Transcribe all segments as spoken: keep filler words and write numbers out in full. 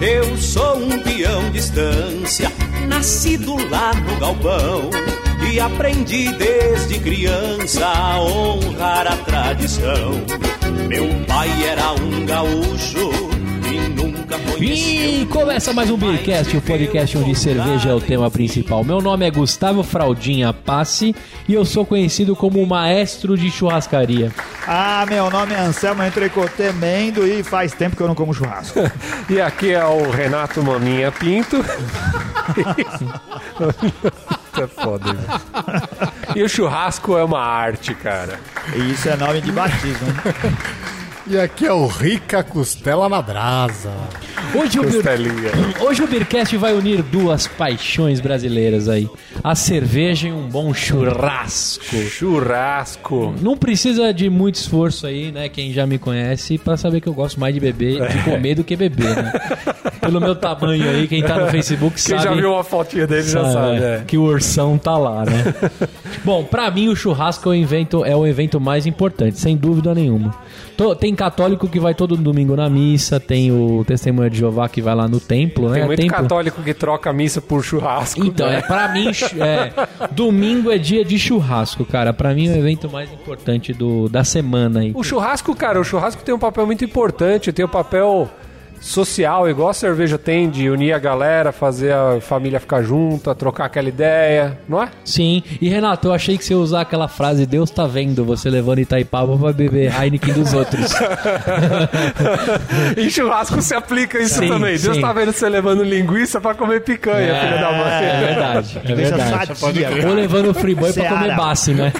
Eu sou um peão de estância, nascido lá no galpão, e aprendi desde criança a honrar a tradição. Meu pai era um gaúcho e nunca conheceu. E começa mais um Beercast, o podcast onde cerveja é o tema principal. Meu nome é Gustavo Fraldinha Passe e eu sou conhecido como o maestro de churrascaria. Ah, meu nome é Anselmo Entrecotê Mendo e faz tempo que eu não como churrasco. E aqui é o Renato Maminha Pinto. É foda, hein? E o churrasco é uma arte, cara. Isso é nome de batismo, hein? E aqui é o Rica Costela na Brasa. Hoje o, Beer... Hoje o Beercast vai unir duas paixões brasileiras aí. A cerveja e um bom churrasco. Churrasco. Não precisa de muito esforço aí, né? Quem já me conhece, pra saber que eu gosto mais de beber, de comer do que beber, né? Pelo meu tamanho aí, quem tá no Facebook quem sabe... Quem já viu uma fotinha dele sabe, já sabe, é. Que o ursão tá lá, né? Bom, pra mim o churrasco é o evento, é o evento mais importante, sem dúvida nenhuma. Tô, tem católico que vai todo domingo na missa, tem o Testemunha de Jeová que vai lá no templo, né? Tem muito templo... católico que troca a missa por churrasco. Então, né? é, pra mim, é, domingo é dia de churrasco, cara. Pra mim é o evento mais importante do, da semana aí. O churrasco, cara, o churrasco tem um papel muito importante, tem um papel social, igual a cerveja tem, de unir a galera, fazer a família ficar junta, trocar aquela ideia, não é? Sim, e Renato, eu achei que você ia usar aquela frase, Deus tá vendo você levando Itaipava pra beber Heineken dos outros. Em churrasco se aplica isso sim, também. Deus sim. tá vendo você levando linguiça pra comer picanha, é, filha da mãe. É verdade, é verdade. Sadia, ou levando o friboi pra comer basse, né?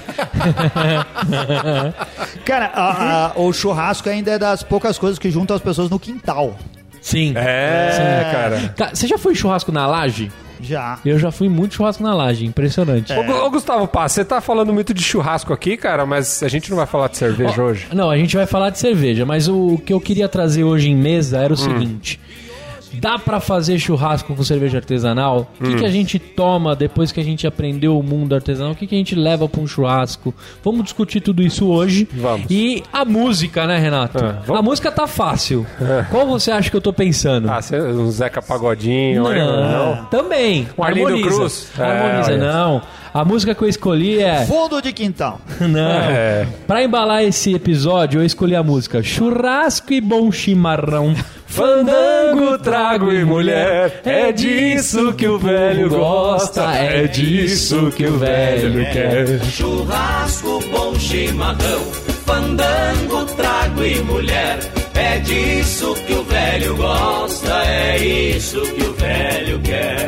Cara, a, a, o churrasco ainda é das poucas coisas que juntam as pessoas no quintal. Sim. É, Sim. cara. Você já foi em churrasco na laje? Já. Eu já fui muito churrasco na laje, impressionante. É. Ô, ô Gustavo Paz, você tá falando muito de churrasco aqui, cara, mas a gente não vai falar de cerveja oh, hoje. Não, a gente vai falar de cerveja, mas o que eu queria trazer hoje em mesa era o hum. seguinte... Dá pra fazer churrasco com cerveja artesanal? O que, hum. que a gente toma depois que a gente aprendeu o mundo artesanal? O que, que a gente leva pra um churrasco? Vamos discutir tudo isso hoje. Vamos. E a música, né, Renato? É, a música tá fácil. É. Qual você acha que eu tô pensando? Ah, você, um Zeca Pagodinho. Não, não. Também. Um Arlindo Cruz. Harmoniza, é, não. A música que eu escolhi é... Fundo de quintal. Não. É. Pra embalar esse episódio, eu escolhi a música Churrasco e Bom Chimarrão. Fandango, trago e mulher, é disso que o velho gosta, é disso que o velho quer. Churrasco, bom chimarrão, fandango, trago e mulher, é disso que o velho gosta, é isso que o velho quer.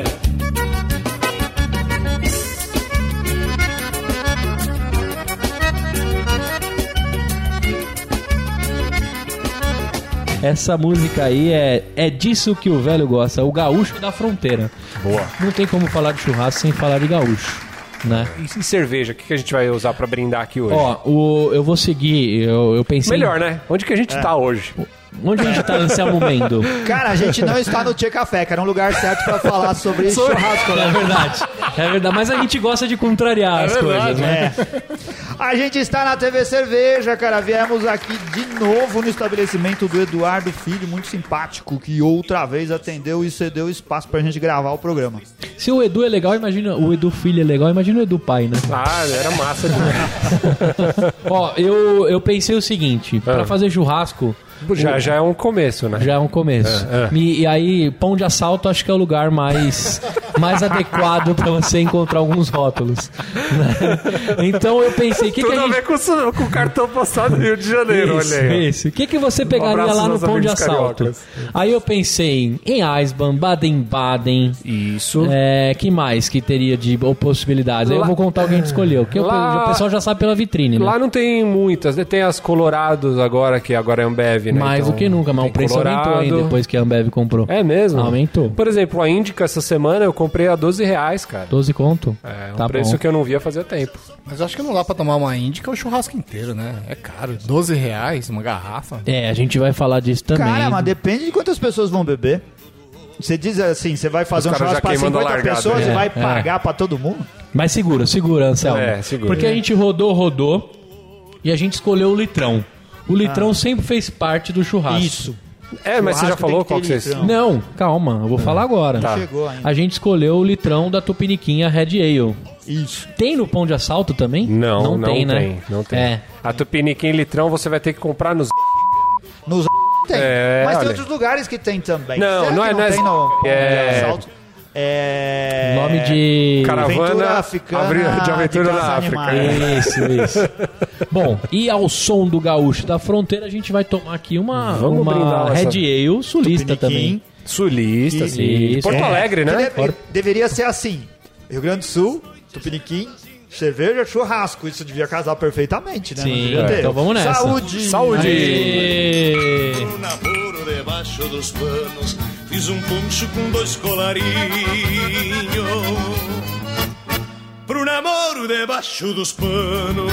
Essa música aí é, é disso que o velho gosta, o gaúcho da fronteira. Boa. Não tem como falar de churrasco sem falar de gaúcho, né? E cerveja, o que a gente vai usar pra brindar aqui hoje? Ó, o, eu vou seguir, eu, eu pensei... Melhor, né? Onde que a gente é. tá hoje? Onde a gente tá, Anselmo Mendo? Cara, a gente não está no Tchê Café, que era um lugar certo pra falar sobre churrasco. É verdade, é verdade. Mas a gente gosta de contrariar é as verdade, coisas, né? É. A gente está na T V Cerveja, cara. Viemos aqui de novo no estabelecimento do Eduardo Filho, muito simpático, que outra vez atendeu e cedeu espaço pra gente gravar o programa. Se o Edu é legal, imagina o Edu Filho é legal, imagina o Edu pai, né? Ah, era massa demais. Ó, eu, eu pensei o seguinte, ah. pra fazer churrasco... Já, já é um começo, né? Já é um começo. É, é. E, e aí, pão de assalto acho que é o lugar mais, mais adequado pra você encontrar alguns rótulos. Né? Então eu pensei... Que Tudo que a, a gente... ver com, com o cartão postal do Rio de Janeiro, isso, olha aí. Isso, o que, que você pegaria um lá no pão de assalto? Cariocas. Aí eu pensei em Eisbahn, Baden-Baden. Isso. É, que mais que teria de ou possibilidades? Lá... Aí eu vou contar o que a gente escolheu. Porque lá... o pessoal já sabe pela vitrine, né? Lá não tem muitas. Tem as Colorados agora, que agora é Ambev, né? Mais então, do que nunca, mas o preço Colorado. aumentou aí depois que a Ambev comprou. É mesmo? Aumentou. Por exemplo, a Índica essa semana eu comprei a doze reais, cara. doze conto? É, um tá preço bom. que eu não via fazia tempo. Mas acho que não dá pra tomar uma Índica o churrasco inteiro, né? É caro. doze reais uma garrafa. É, a gente vai falar disso também. Cara, mas depende de quantas pessoas vão beber. Você diz assim, você vai fazer um churrasco pra cinquenta pessoas é, e vai é. pagar pra todo mundo? Mas segura, segura, Anselmo. É, segura. Porque a gente rodou, rodou e a gente escolheu o litrão. O litrão ah. sempre fez parte do churrasco. Isso. É, mas você já Churrasco falou tem qual que que ter vocês... litrão. Não, calma, eu vou falar agora. Não chegou ainda. A gente escolheu o litrão da Tupiniquim, a Red Ale. Isso. Tem no Pão de Assalto também? Não, não, não tem, né? não tem. É. A Tupiniquim litrão você vai ter que comprar nos... Nos tem. É, Mas olha. tem outros lugares que tem também. Não, Será não que é- não não é- tem no é- assalto? É... Nome de... Caravana Aventura africana Avri- de aventura de na caça África. animais. Isso, isso. Bom, e ao som do gaúcho da fronteira, a gente vai tomar aqui uma, Vamos brindar uma essa- Red Ale sulista Tupiniquim. também. Sulista, Isso. sim. Porto É. Alegre, né? Que deve- deveria ser assim. Rio Grande do Sul, Tupiniquim, cerveja, churrasco. Isso devia casar perfeitamente, né? Não Sim, devia é. ter. Então vamos nessa. Saúde! Saúde! Aê! Pro namoro debaixo dos panos, fiz um poncho com dois colarinhos. Pro namoro debaixo dos panos.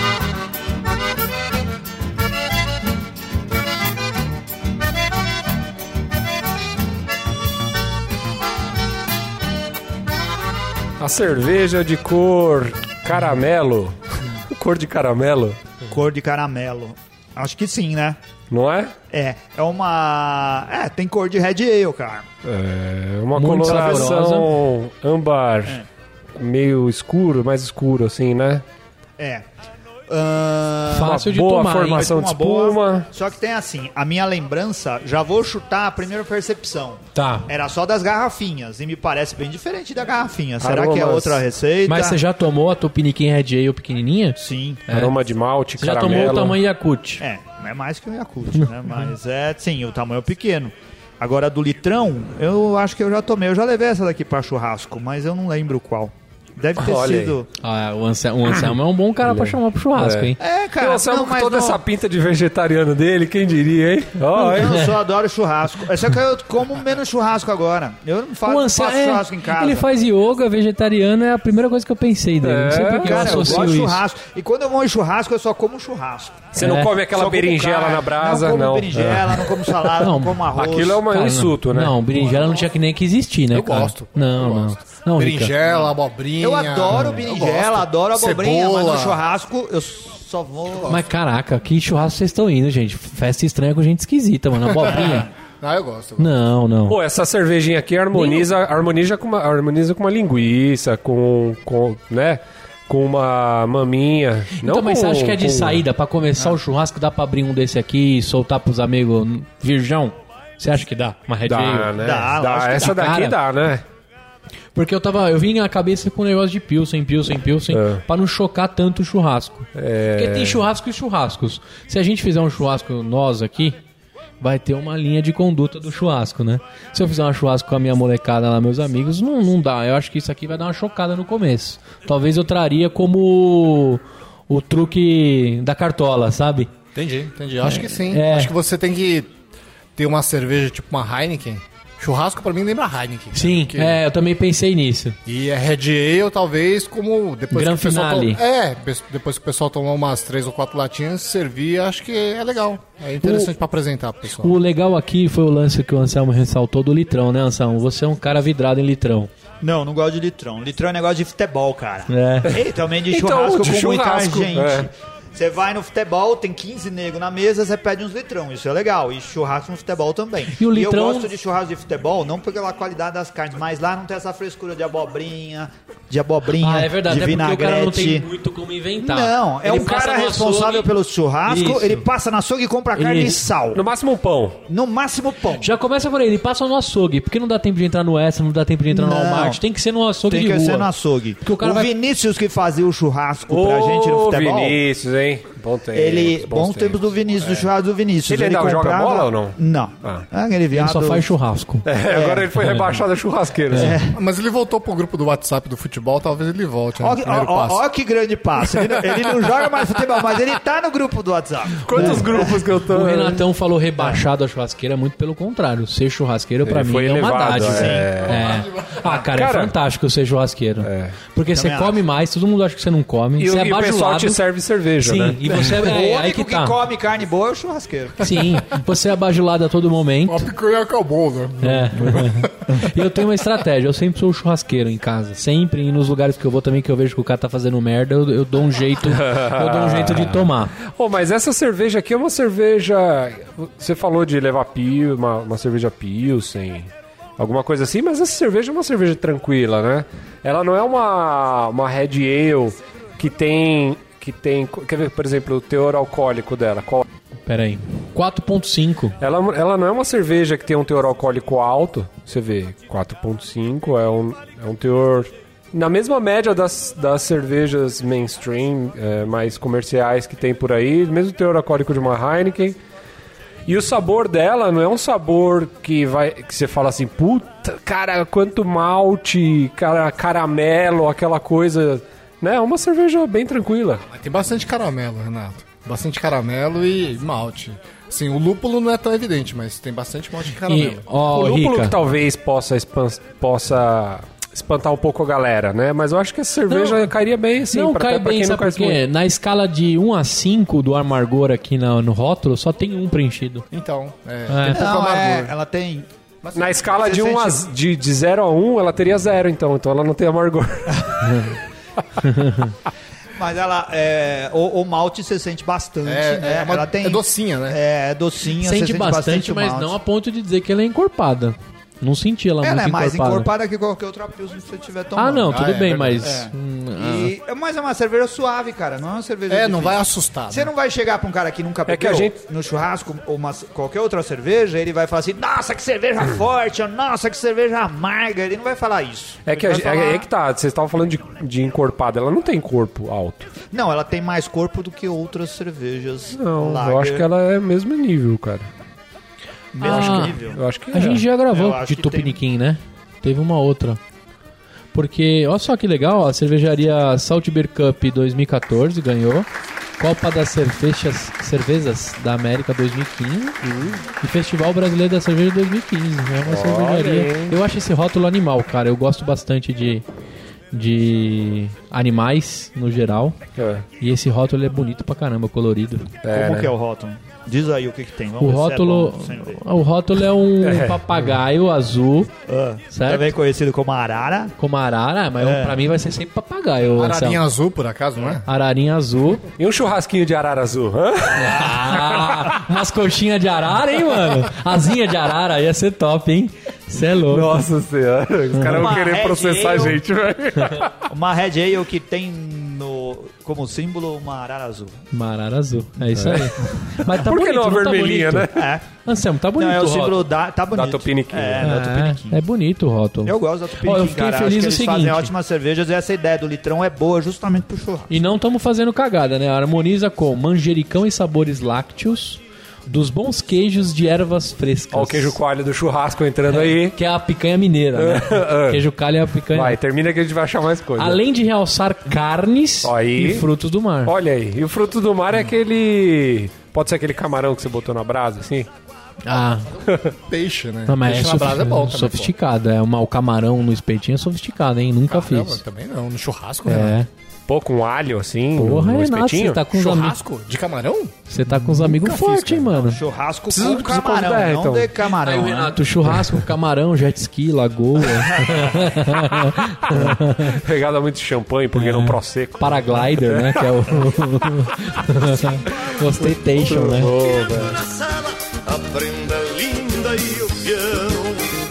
A cerveja de cor caramelo. Cor de caramelo, Cor de caramelo. Acho que sim, né? não é? É, é uma... É, tem cor de Red Ale, cara. É uma Muito coloração âmbar, meio escuro, mais escuro assim, né? É. Ahn, Fácil uma de boa tomar, hein? formação uma de boa- espuma. Só que tem assim, a minha lembrança, já vou chutar a primeira percepção. Tá. Era só das garrafinhas, e me parece bem diferente da garrafinha. Será que é Aromas. outra receita? Mas você já tomou a Tupiniquim Red Ale pequenininha? Sim. Aroma de malte, Você já caramelo. tomou o tamanho Yakut? É, é mais que o Yakult, né? Mas é, sim, o tamanho é pequeno. Agora, do litrão, eu acho que eu já tomei. Eu já levei essa daqui pra churrasco, mas eu não lembro qual. Deve ter Olha aí. sido... Ah, o Anselmo, o Anselmo é um bom cara pra chamar pro churrasco, É. hein? É, cara, Cara, Nossa, não, com mas toda não, essa pinta de vegetariano dele, quem diria, hein? Ó, hein? eu só adoro churrasco. É só que eu como menos churrasco agora. Eu não faço, O Anselmo, faço é, churrasco em casa. ele faz yoga, vegetariano, é a primeira coisa que eu pensei dele. Não sei É, por que Cara, eu eu associo gosto de isso. churrasco. E quando eu vou em churrasco, eu só como churrasco. Você É. não come aquela Só como berinjela carne, na brasa, não. Como não. berinjela, não como salada, não, Não, como arroz. Aquilo é uma- Cara, um insulto, não, né? Não, berinjela não tinha que nem que existir, né, Eu cara? gosto. Não, Eu não. gosto. Não, Rica. Berinjela, abobrinha. Eu adoro berinjela, gosto. adoro abobrinha, mas Cebola. no churrasco eu só vou... Mas caraca, que churrasco vocês estão indo, gente? Festa estranha com gente esquisita, mano. Abobrinha. Não, eu gosto. eu gosto. Não, não. Pô, essa cervejinha aqui harmoniza, harmoniza, com, uma, harmoniza com uma linguiça, com, com, né? Com uma maminha. Não Então, mas com, você acha que é de com- saída? Pra começar o churrasco, dá pra abrir um desse aqui e soltar pros amigos virgão? Você acha que dá? Uma Red Dá, Ale? né? Dá, Dá. lógico que Essa dá. daqui Cara, dá, né? Porque eu tava, eu vim na cabeça com um negócio de Pilsen, Pilsen, Pilsen, É. pra não chocar tanto o churrasco. Porque tem churrasco e churrascos. Se a gente fizer um churrasco nós aqui, vai ter uma linha de conduta do churrasco, né? Se eu fizer um churrasco com a minha molecada lá, meus amigos, não, não dá. Eu acho que isso aqui vai dar uma chocada no começo. Talvez eu traria como o, o truque da cartola, sabe? Entendi, entendi. Acho que sim. É. Acho que você tem que ter uma cerveja tipo uma Heineken. Churrasco pra mim lembra Heineken. Sim, Porque- é, eu também pensei nisso. E é Red Ale, talvez, como depois Gran que o pessoal finale. toma- É, pe- depois que o pessoal tomar umas três ou quatro latinhas, servir, acho que é legal. É interessante pra apresentar pro pessoal. O legal aqui foi o lance que o Anselmo ressaltou do litrão, né, Anselmo? Você é um cara vidrado em litrão. Não, não gosto de litrão. Litrão é negócio de futebol, cara. É. E também de Então, churrasco de com muita churrasco, gente. é. Você vai no futebol, tem quinze negros na mesa, você pede uns litrão. Isso é legal. E churrasco no futebol também. E o litrão- eu gosto de churrasco de futebol, não pela qualidade das carnes, mas lá não tem essa frescura de abobrinha, de abobrinha, Ah, é verdade, de é porque o vinagrete. cara não tem muito como inventar. Não, é Ele um passa cara no responsável açougue- pelo churrasco, Isso. ele passa na açougue e compra carne e Isso. sal. No máximo um pão. No máximo pão. Já começa por aí, ele passa no açougue, porque não dá tempo de entrar no Extra, não dá tempo de entrar no Não. Walmart, tem que ser no açougue Tem de que rua. ser no açougue. Porque o cara o vai- Vinícius que fazia o churrasco pra Ô, gente no futebol. Vinícius, hein? Bom tempo. Ele, bons tempos do Vinícius, do churrasco do Vinícius. Ele ainda joga bola ou não? Não. Ah. Ah, aquele Ele viado. só faz churrasco. É, agora ele foi rebaixado a churrasqueira. assim. Ah, Mas ele voltou pro grupo do WhatsApp do futebol, talvez ele volte. Né, Ó, no que- primeiro ó, ó, passo. ó que grande passo. Ele, não- ele não joga mais futebol, mas ele tá no grupo do WhatsApp. Quantos grupos que eu tô... O Renatão falou rebaixado a churrasqueira, muito pelo contrário. Ser churrasqueiro pra Ele mim foi é uma elevado, dádiva. é. É. Ah, cara, Cara, é fantástico ser churrasqueiro. Porque você Também come mais, todo mundo acha que você não come. E você o, é e o pessoal bajulado. te serve cerveja, Sim, né? e você é, O é, aí único que que, tá. come carne boa é o churrasqueiro. Sim, você é bajulado a todo momento. A picanha acabou, né? É. E eu tenho uma estratégia, eu sempre sou o churrasqueiro em casa. Sempre, e nos lugares que eu vou também, que eu vejo que o cara tá fazendo merda, eu, eu dou um jeito. Eu dou um jeito de tomar. Pô, mas essa cerveja aqui é uma cerveja... Você falou de levar pil, uma, uma cerveja Pilsen, alguma coisa assim, mas essa cerveja é uma cerveja tranquila, né? Ela não é uma, uma Red Ale que tem... Que tem... Quer ver, por exemplo, o teor alcoólico dela? Qual... Pera aí. quatro ponto cinco. Ela, ela não é uma cerveja que tem um teor alcoólico alto. Você vê, quatro ponto cinco é um, é um teor... Na mesma média das, das cervejas mainstream, é, mais comerciais que tem por aí, mesmo teor alcoólico de uma Heineken. E o sabor dela não é um sabor que vai que você fala assim, puta, cara, quanto malte, cara, caramelo, aquela coisa, né? É uma cerveja bem tranquila. Tem bastante caramelo, Renato. Bastante caramelo e malte. Sim, o lúpulo não é tão evidente, mas tem bastante malte de caramelo. E, ó, o lúpulo Rica, que talvez possa, espan- possa espantar um pouco a galera, né? Mas eu acho que essa cerveja Não, cairia bem, assim, não pra, cai até pra bem, quem não sabe por conhece muito. quê? Na escala de um a cinco do amargor aqui na- no rótulo, só tem um preenchido. Então, é, É. tem pouco Não, é, amargor. ela tem... Na escala Você de, um a, sente- de, de zero a um, ela teria zero, então. Então ela não tem amargor. Mas ela, é, o, o malte você sente bastante, É, né? é, uma- ela tem, é docinha, né? É, é docinha, você Sente bastante, o mas malte. não a ponto de dizer que ela é encorpada. Não senti ela, Ela muito é mais encorpada. encorpada que qualquer outra Pilsen que você tiver tomando. Ah, não, tudo Ah, é bem, verdade. mas... É. hum, E- mas é uma cerveja suave, cara. Não é uma cerveja É, não difícil. vai assustar. Você né? não vai chegar pra um cara que nunca bebeu É que a gente- no churrasco ou uma, qualquer outra cerveja, ele vai falar assim, nossa, que cerveja forte, nossa, que cerveja amarga. Ele não vai falar isso. É que, Ele a, vai falar- é, é que tá, vocês estavam falando de, de encorpada. Ela não tem corpo alto. Não, ela tem mais corpo do que outras cervejas. Não, lager. eu acho que ela é mesmo nível, cara. Mesmo Ah, nível. Eu acho que A é. gente já Eu gravou acho de que Tupiniquim, né? Teve uma outra. Porque, olha só que legal, a cervejaria Saltbeer Cup dois mil e catorze ganhou. Copa das Cervejas, Cervezas da América dois mil e quinze. E Festival Brasileiro da Cerveja dois mil e quinze. É uma cervejaria. hein? Eu acho esse rótulo animal, cara. Eu gosto bastante de, de animais no geral. É. E esse rótulo é bonito pra caramba, colorido. É, Como né? que é o rótulo? Diz aí o que, que tem. Vamos O ver se é rótulo, bom, sem ver. o rótulo é um É. papagaio azul, Ah, certo? também conhecido como arara. como arara, mas É. pra mim vai ser sempre papagaio. Ararinha Anselmo. azul, por acaso, não é? Ararinha azul. E um churrasquinho de arara azul, hã? Ah, umas coxinhas de arara, hein, mano? Asinha de arara, ia ser top, hein? Você é louco. Nossa senhora, os caras vão Uma querer Red processar a Ale. gente, velho. Uma Red Ale que tem no, como símbolo uma arara azul. Uma arara azul, é isso aí. Mas tá Por que bonito, não a tá vermelhinha, bonito? né? É. Anselmo, tá bonito Não, é o rótulo. símbolo da... Tá bonito. Da Tupiniquim. É, da Tupiniquim. É, é bonito o rótulo. Eu gosto da Tupiniquim, Ó, eu fiquei cara. Acho feliz que o eles seguinte. fazem ótimas cervejas e essa ideia do litrão é boa justamente pro churrasco. E não estamos fazendo cagada, né? Harmoniza com manjericão e sabores lácteos, dos bons queijos de ervas frescas. Ó o queijo coalho do churrasco entrando aí. Que é a picanha mineira, né? Queijo coalho é a picanha. Vai, termina que a gente vai achar mais coisa. Além de realçar carnes Ó aí. e frutos do mar. Olha aí, e o fruto do mar é aquele... Pode ser aquele camarão que você botou na brasa, assim? Ah, Peixe, né? não, mas Peixe é na brasa é bom também, sofisticado. É uma, o camarão no espetinho é sofisticado, hein? Nunca pô. Caramba, fiz. também não. No churrasco, né? É. Pô, com alho, assim, Porra, no Renato, espetinho? você tá com os amigos. Churrasco? De camarão? Você tá com os amigos fiz, fortes, hein, cara. mano? Churrasco Preciso- com preciso camarão, convidar, não então. de camarão. Aí o né? Renato, churrasco, camarão, jet ski, lagoa, Pegada muito de champanhe, porque não prosecco. paraglider, né? Que é o. Ostentation, né? Na sala, a prenda linda e o peão.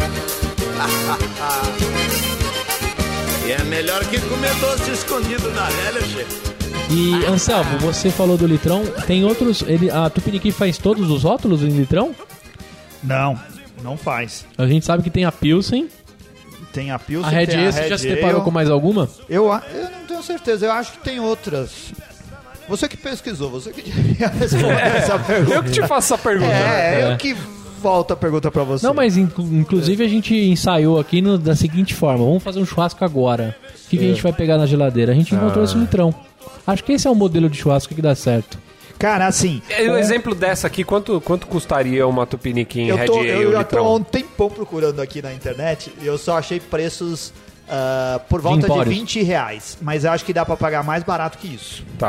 E é melhor que comer doce escondido na velha, chefe. E, Anselmo, você falou do litrão, tem outros. Ele, a Tupiniquim faz todos os rótulos em litrão? Não, não faz. A gente sabe que tem a Pilsen, Tem a Pilsen, a Red tem Ale, a você Red já se Ale. deparou com mais alguma? Eu, a- eu não tenho certeza, eu acho que tem outras. Você que pesquisou, você que devia responder essa pergunta. Eu que te faço essa pergunta. né? É, É. eu que volto a pergunta pra você. Não, mas inclu- inclusive a gente ensaiou aqui no- da seguinte forma: vamos fazer um churrasco agora. O que, que a gente vai pegar na geladeira? A gente encontrou esse litrão. Acho que esse é o modelo de churrasco que dá certo. Cara, assim... E o exemplo dessa aqui, quanto, quanto custaria uma Tupiniquim Eu, Red tô, Ale eu já tô há litrão? um tempão procurando aqui na internet e eu só achei preços ah, por volta de empórios. vinte reais. Mas eu acho que dá pra pagar mais barato que isso. Tá.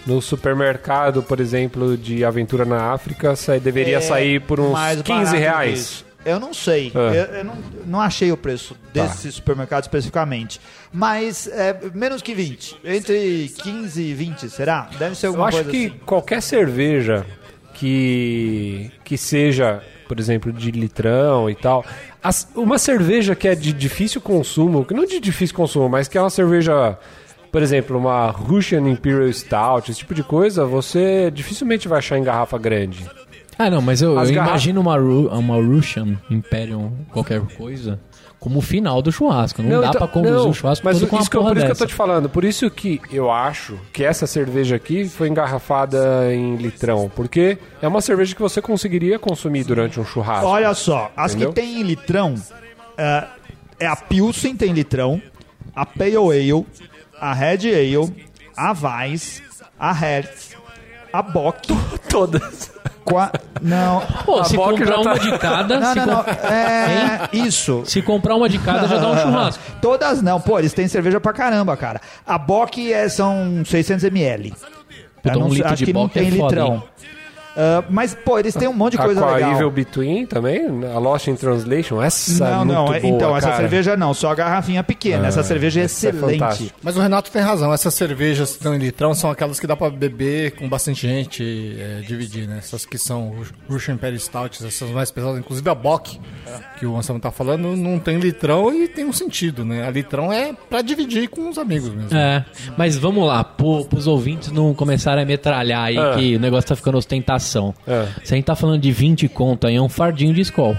no supermercado, por exemplo, de Aventura na África, sai, deveria É sair por uns mais quinze barato reais. que isso. Eu não sei, Ah. eu, eu não, não achei o preço desse supermercado especificamente, mas é, menos que vinte, entre quinze e vinte, será? Deve ser Eu alguma acho coisa que assim. qualquer cerveja que, que seja, por exemplo, de litrão e tal, as- uma cerveja que é de difícil consumo, que não de difícil consumo, mas que é uma cerveja, por exemplo, uma Russian Imperial Stout, esse tipo de coisa, você dificilmente vai achar em garrafa grande. Ah, não, mas eu, As eu garra- imagino uma, Ru- uma Russian Imperium, qualquer coisa, como o final do churrasco. Não, dá então- pra conduzir não, o churrasco mas todo com uma isso que eu- porra por isso que eu dessa. tô te falando. Por isso que eu acho que essa cerveja aqui foi engarrafada em litrão. Porque é uma cerveja que você conseguiria consumir durante um churrasco. Olha só, as Entendeu? que tem em litrão, é, é a Pilsen tem litrão, a Pale Ale, a Red Ale, a Weiss, a Hertz, a Bock, Todas. qua... não, Pô, se Bock comprar já tá- uma de cada, não, se, não, com- não, é isso. se comprar uma de cada já dá um churrasco. Todas não, pô, eles têm cerveja pra caramba, cara. A Bock é, são seiscentos mililitros. Puta, Eu não um sei- litro acho de que não Bock tem é foda, litrão. hein? Ah, mas, pô, eles têm um monte de coisa a legal. Evil Between também, a Lost in Translation, essa é Não, muito não, boa, então, essa cara. cerveja não, só a garrafinha pequena. essa cerveja é essa é excelente. fantástica. Mas o Renato tem razão, essas cervejas que estão em litrão são aquelas que dá pra beber com bastante gente, é, dividir, né? Essas que são Russian Imperial Stouts, essas mais pesadas, inclusive a Bock, que o Anselmo tá falando, não tem litrão e tem um sentido, né? A litrão é pra dividir com os amigos mesmo. É, mas vamos lá, pro, pros ouvintes não começarem a metralhar aí, Ah. que o negócio tá ficando ostentação. Ah. Se a gente tá falando de vinte conto aí, é um fardinho de Skol.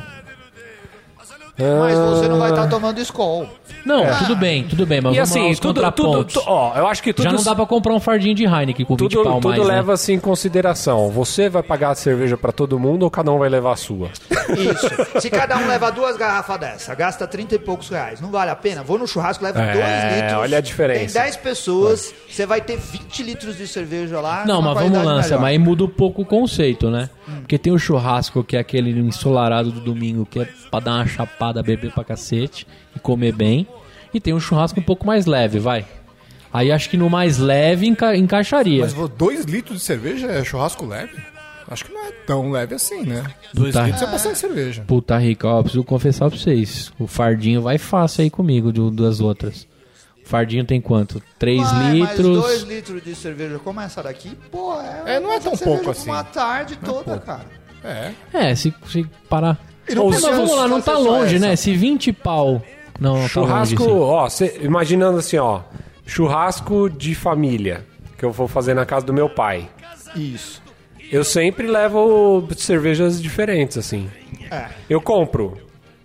Mas você não vai estar tomando Skol. Não, tudo bem, tudo bem, mas E vamos lá assim, aos tudo, tudo, contrapontos. tu- ó, eu acho que tudo, Já não dá pra comprar um fardinho de Heineken com vinte tudo, pau tudo mais, né? leva-se em consideração. Você vai pagar a cerveja pra todo mundo ou cada um vai levar a sua? Isso. Se cada um leva duas garrafas dessa, gasta trinta e poucos reais, não vale a pena? Vou no churrasco, levo É, dois litros. olha a diferença. Tem dez pessoas, você vai ter vinte litros de cerveja lá. Não, com uma mas vamos qualidade lá, melhor. mas aí muda um pouco o conceito, né? Porque tem o churrasco, que é aquele ensolarado do domingo, que é pra dar uma chapada, beber pra cacete e comer bem. E tem um churrasco um pouco mais leve, vai. Aí acho que no mais leve enca encaixaria. Mas vô, dois litros de cerveja é churrasco leve? Acho que não é tão leve assim, né? Dois Puta. litros é bastante cerveja. Puta rica, ó, preciso confessar pra vocês. O fardinho vai fácil aí comigo, do, das outras. O fardinho tem quanto? três Mas- litros. Mas dois litros de cerveja como essa daqui, pô, é, É, não é tão cerveja pouco pra uma assim. tarde toda, cara. É. É, se, se parar. E não Ô, mas precisa vamos lá, não tá fazer só longe, essa. né? Se vinte pau. Não, não Churrasco, tá longe. sim. ó, cê- imaginando assim, ó, churrasco de família, que eu vou fazer na casa do meu pai. Isso. Eu sempre levo cervejas diferentes, assim. É. Eu compro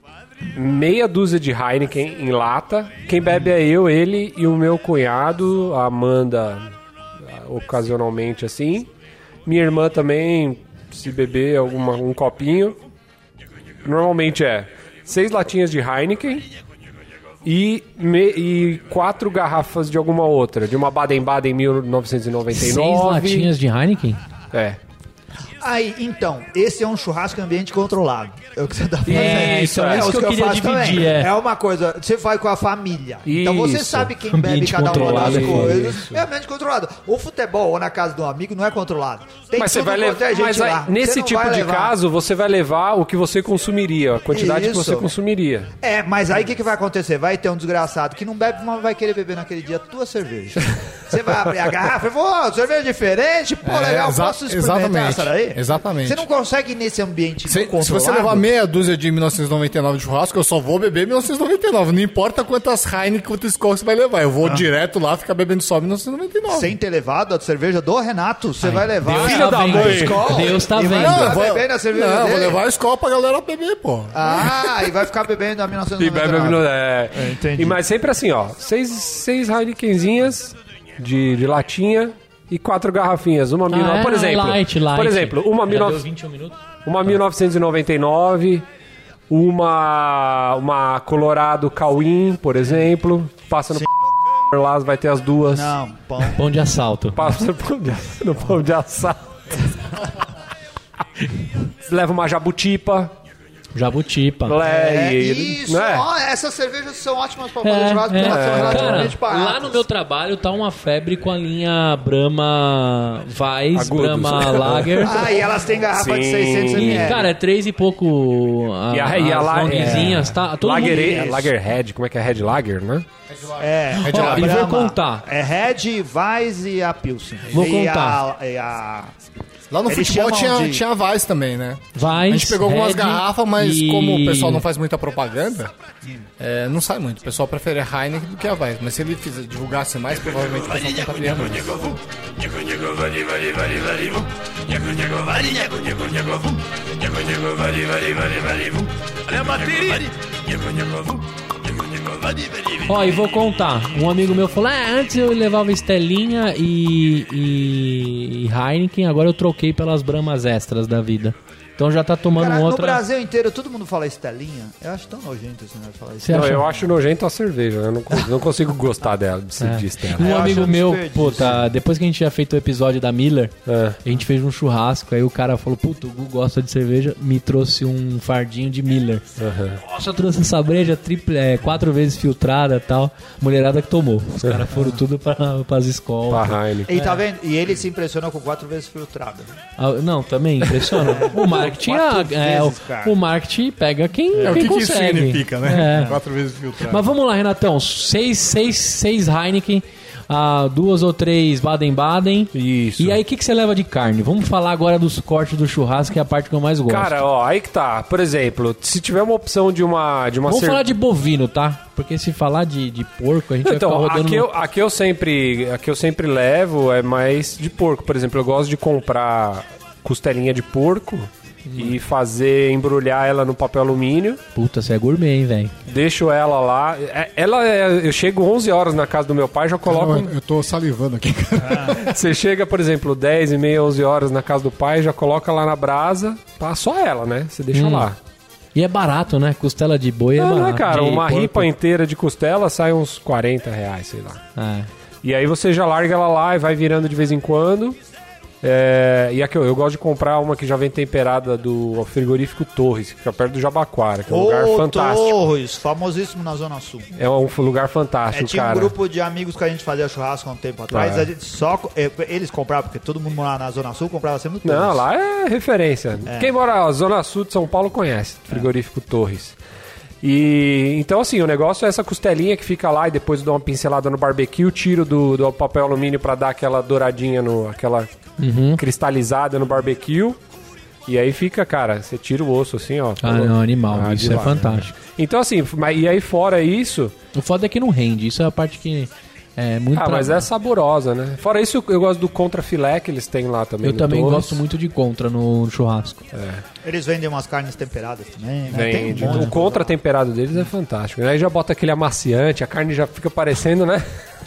meia dúzia de Heineken em lata. Quem bebe é eu, ele e o meu cunhado, a Amanda, ocasionalmente, assim. Minha irmã também, se beber alguma, um copinho. Normalmente é seis latinhas de Heineken e, me, e quatro garrafas de alguma outra. De uma Baden-Baden mil novecentos e noventa e nove. Seis latinhas de Heineken? É. Aí, então, esse é um churrasco em ambiente controlado. É o que você tá fazendo. É, isso, é isso o que eu queria faço dividir, também. é. É uma coisa, você vai com a família. Então você Isso. sabe quem bebe Ambiente cada uma das controlado é foda. coisas. É ambiente controlado. O futebol ou na casa de um amigo não é controlado. Tem Mas você tudo vai quanto levar. é gente Mas aí, lá. Você nesse não tipo vai de levar. caso, você vai levar o que você consumiria, a quantidade que Isso. você consumiria. É, mas aí o que, que vai acontecer? Vai ter um desgraçado que não bebe, mas vai querer beber naquele dia a tua cerveja. Você vai abrir a garrafa e falar, ô, cerveja diferente? Pô, É, legal, exa- posso experimentar exatamente, essa daí? exatamente. Você não consegue ir nesse ambiente Se, não se você controlado? levar meia dúzia de mil novecentos e noventa e nove de churrasco, eu só vou beber mil novecentos e noventa e nove. Não importa quantas Heineken, quantas Skol você vai levar. Eu vou direto lá ficar bebendo só mil novecentos e noventa e nove. Sem ter levado a cerveja do Renato, você vai levar Deus a tá vendo. Skol Deus tá e vai vendo. ficar eu vou, bebendo a cerveja não, dele. vou levar a Skol pra galera beber, pô. Ah, e vai ficar bebendo a mil novecentos e E noventa e bebe nove. no. É. É, entendi. E mas sempre assim, ó. Seis, seis Heinekenzinhas de, de latinha e quatro garrafinhas. Uma mil, Ah, é, por exemplo. light, light. Por exemplo, uma, Já mil, deu nove- vinte e um minutos? uma mil novecentos e noventa e nove, uma, uma Colorado Cauim, por exemplo. Passa no p... lá, vai ter as duas. Não, pão. Pão de assalto. Passa no pão de, no pão de assado. Leva uma jabutipa. Jabutipa. É, É, isso, não é? ó, essas cervejas são ótimas pra fazer É, churrasco, porque é. elas são relativamente Cara, baratas. lá no meu trabalho tá uma febre com a linha Brahma Weiss, Agudos. Brahma Lager. Ah, e elas têm garrafa de Sim. seiscentos E, mililitros. cara, é três e pouco a, E a, e a as la- longzinhas, é, tá? Todo Lager, mundo... é, Lagerhead, como é que é? Red Lager, né? É, Ó, a e vou Brahma contar. É Red, Weiss e a Pilsen. Vou e contar. A, e a... Lá no Eles futebol chamam tinha, de- tinha Vice também, né? Weiss, A gente pegou algumas Red garrafas, mas e- como o pessoal não faz muita propaganda, é, não sai muito. O pessoal prefere a Heineken do que a Vice. Mas se ele fizer, divulgasse mais, provavelmente o pessoal compraria muito. Ó, e vou contar. Um amigo meu falou: é, antes eu levava Estelinha e, e, e Heineken, agora eu troquei pelas Brahmas extras da vida. Então já tá tomando Cara, no outra. Brasil inteiro, todo mundo fala Estelinha. Eu acho tão nojento esse negócio de falar Você Estelinha. Não, acha? eu acho nojento a cerveja. Eu não, não consigo gostar dela, de, É. de Stella. Um Eu amigo acho um meu, desperdício. pô, tá, depois que a gente tinha feito o episódio da Miller, É. a gente fez um churrasco, aí o cara falou, puto, o Gu gosta de cerveja, me trouxe um fardinho de Miller. Nossa, eu trouxe essa breja triple, é, quatro vezes filtrada e tal, mulherada que tomou. Os caras foram tudo pra, pras escolas. Pra Heineken. E tá vendo? E ele se impressionou com quatro vezes filtrada. Ah, não, também impressiona. O marketing, Quatro é, é, o, vezes, cara. o marketing pega quem, É, o quem que, que isso consegue. significa, né? É. Quatro vezes filtrado. Mas vamos lá, Renatão. Seis, seis, seis Heineken, ah, duas ou três Baden-Baden. Isso. E aí, o que, que você leva de carne? Vamos falar agora dos cortes do churrasco, que é a parte que eu mais gosto. Cara, ó, aí que tá. Por exemplo, se tiver uma opção de uma, de uma Vamos cer- falar de bovino, tá? Porque se falar de, de porco, a gente vai Então, ficar rodando... aqui no- eu, aqui eu sempre, aqui eu sempre levo é mais de porco. Por exemplo, eu gosto de comprar costelinha de porco e fazer, embrulhar ela no papel alumínio. Puta, você é gourmet, hein, velho? Deixo ela lá. É- Ela é- eu chego onze horas na casa do meu pai, já coloco. Eu, eu tô salivando aqui, cara. Você chega, por exemplo, dez e meia, onze horas na casa do pai, já coloca lá na brasa, tá só ela, né? Você deixa Hum. lá. E é barato, né? Costela de boi é Não, barato. não é, cara, de uma porco. ripa inteira de costela sai uns quarenta reais, sei lá. É. E aí você já larga ela lá e vai virando de vez em quando. É, e aqui eu, eu gosto de comprar uma que já vem temperada do frigorífico Torres, que fica perto do Jabaquara, que é um lugar Ô, fantástico. Torres, famosíssimo na Zona Sul. É um lugar É, fantástico, tinha um cara. grupo de amigos que a gente fazia churrasco há um tempo atrás. Ah. A gente só, co- eh, eles compravam, porque todo mundo morava na Zona Sul, comprava sempre no Torres. Não, lá é referência. Quem mora na Zona Sul de São Paulo conhece, frigorífico Torres. E então assim, o negócio é essa costelinha que fica lá e depois eu dou uma pincelada no barbecue, tiro do, do papel alumínio pra dar aquela douradinha, no, aquela cristalizada no barbecue. E aí fica, cara, você tira o osso assim, ó. Ah, não, animal. Ah, isso de é lá. fantástico. Então assim, mas, e aí fora isso, O foda é que não rende. Isso é a parte que é muito... ah, mas tra- é saborosa, né? Fora isso, eu gosto do contra filé que eles têm lá também. Eu no também Torres. gosto muito de contra no churrasco. Eles vendem umas carnes temperadas também. Né? Tem um Vende. monte, O contra temperado deles é fantástico. Aí já bota aquele amaciante, a carne já fica parecendo, né?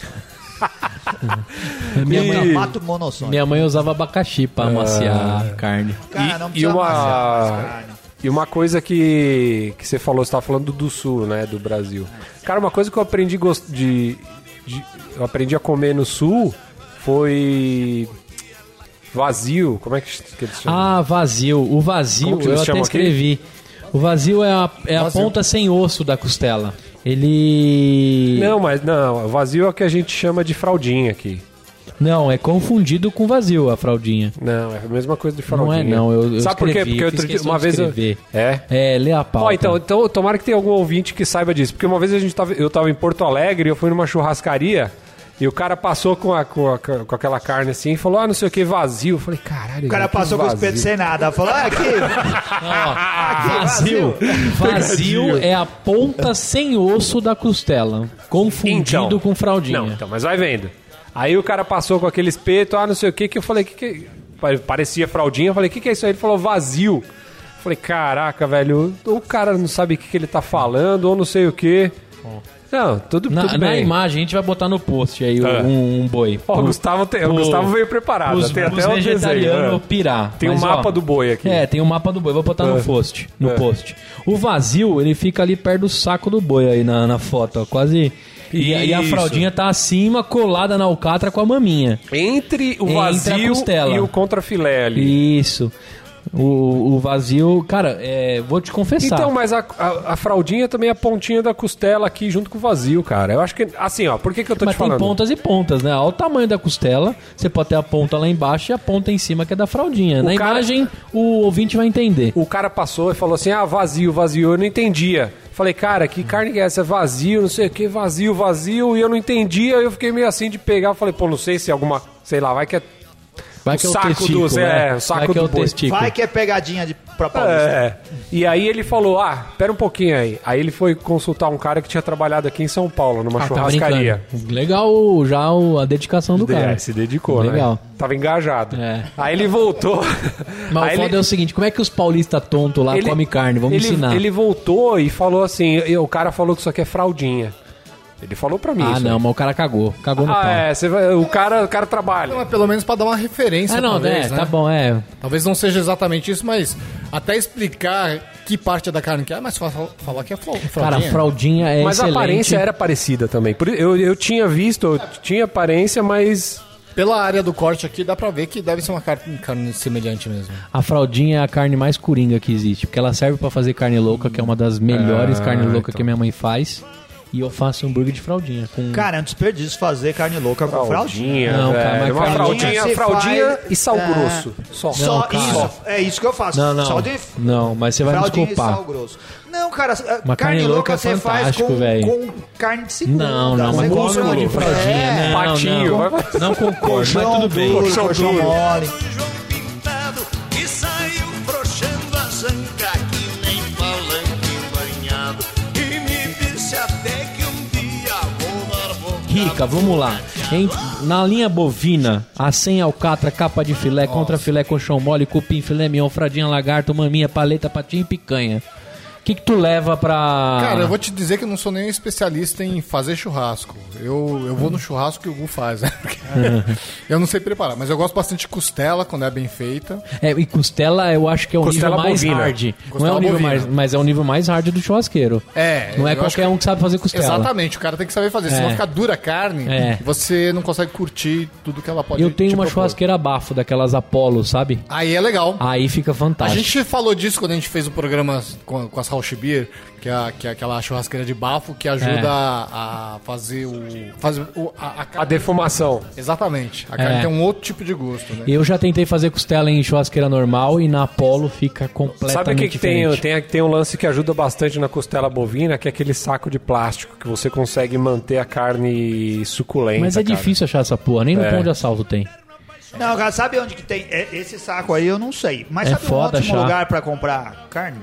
Minha Tem mãe, mato monossônico. minha mãe usava abacaxi pra amaciar a carne. Cara, não E- precisa e uma- amaciar mais carne. E uma coisa que, que você falou, você estava falando do sul, né? Do Brasil. Cara, uma coisa que eu aprendi gost- de, de- eu aprendi a comer no sul foi vazio. Como é que, que eles chamam? Ah, vazio. O vazio, Como que eu eles até chamam aqui? escrevi. O vazio é a, é a Vazio. ponta sem osso da costela. Ele... Não, mas não. Vazio é o que a gente chama de fraldinha aqui. Não, é confundido com vazio a fraldinha. Não, é a mesma coisa de Não fraldinha. é não, eu, eu Sabe por quê? escrevi, Porque eu fiz outro dia- questão uma de vez eu- escrever. É? É, lê a pauta. Ó, então, então, tomara que tenha algum ouvinte que saiba disso. Porque uma vez a gente tava, eu tava em Porto Alegre, eu fui numa churrascaria e o cara passou com, a, com, a- com aquela carne assim e falou, ah, não sei o que, vazio. Eu falei, caralho. O cara que passou com o vazio. espeto sem nada. Falou, ah, aqui. Ó, vazio. Vazio é a ponta sem osso da costela, confundido Então, com fraldinha. Não, então, mas vai vendo. Aí o cara passou com aquele espeto, ah, não sei o que, que eu falei, que que... Pare- parecia fraldinha, eu falei, o que que é isso aí? Ele falou, vazio. Eu falei, caraca, velho, ou o cara não sabe o que, que ele tá falando, ou não sei o que. Não, tudo, Na, tudo na bem. imagem, a gente vai botar no post aí É. um, um boi. Ó, o Pro- Gustavo, tem, o pro- Gustavo veio preparado, Os, tem os até o desenho. vegetarianos né? pirar. Tem um Mas, mapa ó, do boi aqui. É, tem um mapa do boi. Vou botar no É. post. No É. post. O vazio, ele fica ali perto do saco do boi aí na, na foto, ó, quase... E, e a Isso. fraldinha tá acima, colada na alcatra com a maminha. Entre o Entre a vazio costela. e o contrafilé ali. Isso. O, o vazio, cara, é, vou te confessar. Então, mas a, a, a fraldinha também é a pontinha da costela aqui junto com o vazio, cara. Eu acho que, assim, ó, por que que eu tô Mas te falando? tem pontas e pontas, né? Olha o tamanho da costela, você pode ter a ponta lá embaixo e a ponta em cima, que é da fraldinha. Na cara- imagem, o ouvinte vai entender. O cara passou e falou assim, ah, vazio, vazio. Eu não entendia. Falei, cara, que carne que é essa? É vazio, não sei o que, vazio, vazio. E eu não entendia, eu fiquei meio assim de pegar. Falei, pô, não sei se é alguma, sei lá, vai que é Vai o que é o saco testículo, dos- né? é, o saco Vai que é do o boi. testículo. Vai que é pegadinha de, pra Paulista. É. E aí ele falou, ah, pera um pouquinho aí. Aí ele foi consultar um cara que tinha trabalhado aqui em São Paulo, numa Ah, tá churrascaria. brincando. Legal já o- a dedicação do cara. É, se dedicou, Legal. né? Tava engajado. É. Aí ele voltou. Mas Aí o foda ele- é o seguinte, como é que os paulistas tontos lá ele- comem carne? Vamos ele, ensinar. Ele voltou e falou assim, e o cara falou que isso aqui é fraldinha. Ele falou pra mim Ah, isso. não, aí. mas o cara cagou. Cagou no Ah, pau. é, você vai- o, cara, o cara trabalha. Não, mas pelo menos pra dar uma referência, Ah, não, talvez, é, né? tá bom, é. Talvez não seja exatamente isso, mas até explicar que parte da carne que é, mas fa- falar que é flau- fraldinha. Cara, a fraldinha é Mas excelente. a aparência era parecida também. Por, eu, eu tinha visto, eu tinha aparência, mas... Pela área do corte aqui, dá pra ver que deve ser uma carne, carne semelhante mesmo. A fraldinha é a carne mais coringa que existe, porque ela serve pra fazer carne louca, que é uma das melhores Ah, carnes loucas então. que minha mãe faz. E eu faço hambúrguer de fraldinha. Com... Cara, é um desperdício fazer carne louca com fraldinha. Não, cara, velho. mas Uma fraldinha fraldinha, você fraldinha faz- e sal é. grosso. Só. Só Não, cara. isso, é isso que eu faço. Não, não. Só de Não, mas você vai me fraldinha e desculpar. sal grosso. Não, cara, Uma carne, carne louca louca é você faz fantástico, com, velho. com carne de segunda. Não, não, mas segunda. come uma de fraldinha, É, né? patinho, Não, vai- não, não concordo, mas colchão tudo bem. duro, Colchão colchão duro. mole. João pintado e saiu frouxando a zanca que nem palanque banhado. E me disse até que um dia vou dar boca. Rica, vamos lá. Em- na linha bovina, a cem alcatra, capa de filé, contra filé, colchão mole, cupim, filé mignon, fradinha, lagarto, maminha, paleta, patinha e picanha. O que que tu leva pra... Cara, eu vou te dizer que eu não sou nem especialista em fazer churrasco. Eu, eu vou no churrasco que o Gu faz, né? Porque eu não sei preparar, mas eu gosto bastante de costela quando é bem feita. É, e costela eu acho que é o Costela nível mais bovina. hard. Não é Costela o nível bovina. mais, mas é o nível mais hard do churrasqueiro. É, Não é eu acho qualquer que- um que sabe fazer costela. Exatamente, o cara tem que saber fazer, senão É. fica dura a carne É. e você não consegue curtir tudo que ela pode Eu tenho te uma propor. churrasqueira bafo, daquelas Apollo, sabe? Aí é legal. Aí fica A fantástico. gente falou disso quando a gente fez o programa com, com as Rauschbier, que é, a- que é aquela churrasqueira de bafo que ajuda É. a, a fazer o. Fazer o a, a A carne. defumação. Exatamente. A carne É. tem um outro tipo de gosto, né? Eu já tentei fazer costela em churrasqueira normal e na Apollo fica completamente Sabe o que, que tem, diferente. tem? Tem um lance que ajuda bastante na costela bovina, que é aquele saco de plástico, que você consegue manter a carne suculenta. Mas é cara. difícil achar essa porra, nem no É. pão de assalto tem. Não, cara, sabe onde que tem é, esse saco aí? Eu não sei. Mas É sabe um foda ótimo achar. lugar pra comprar carne?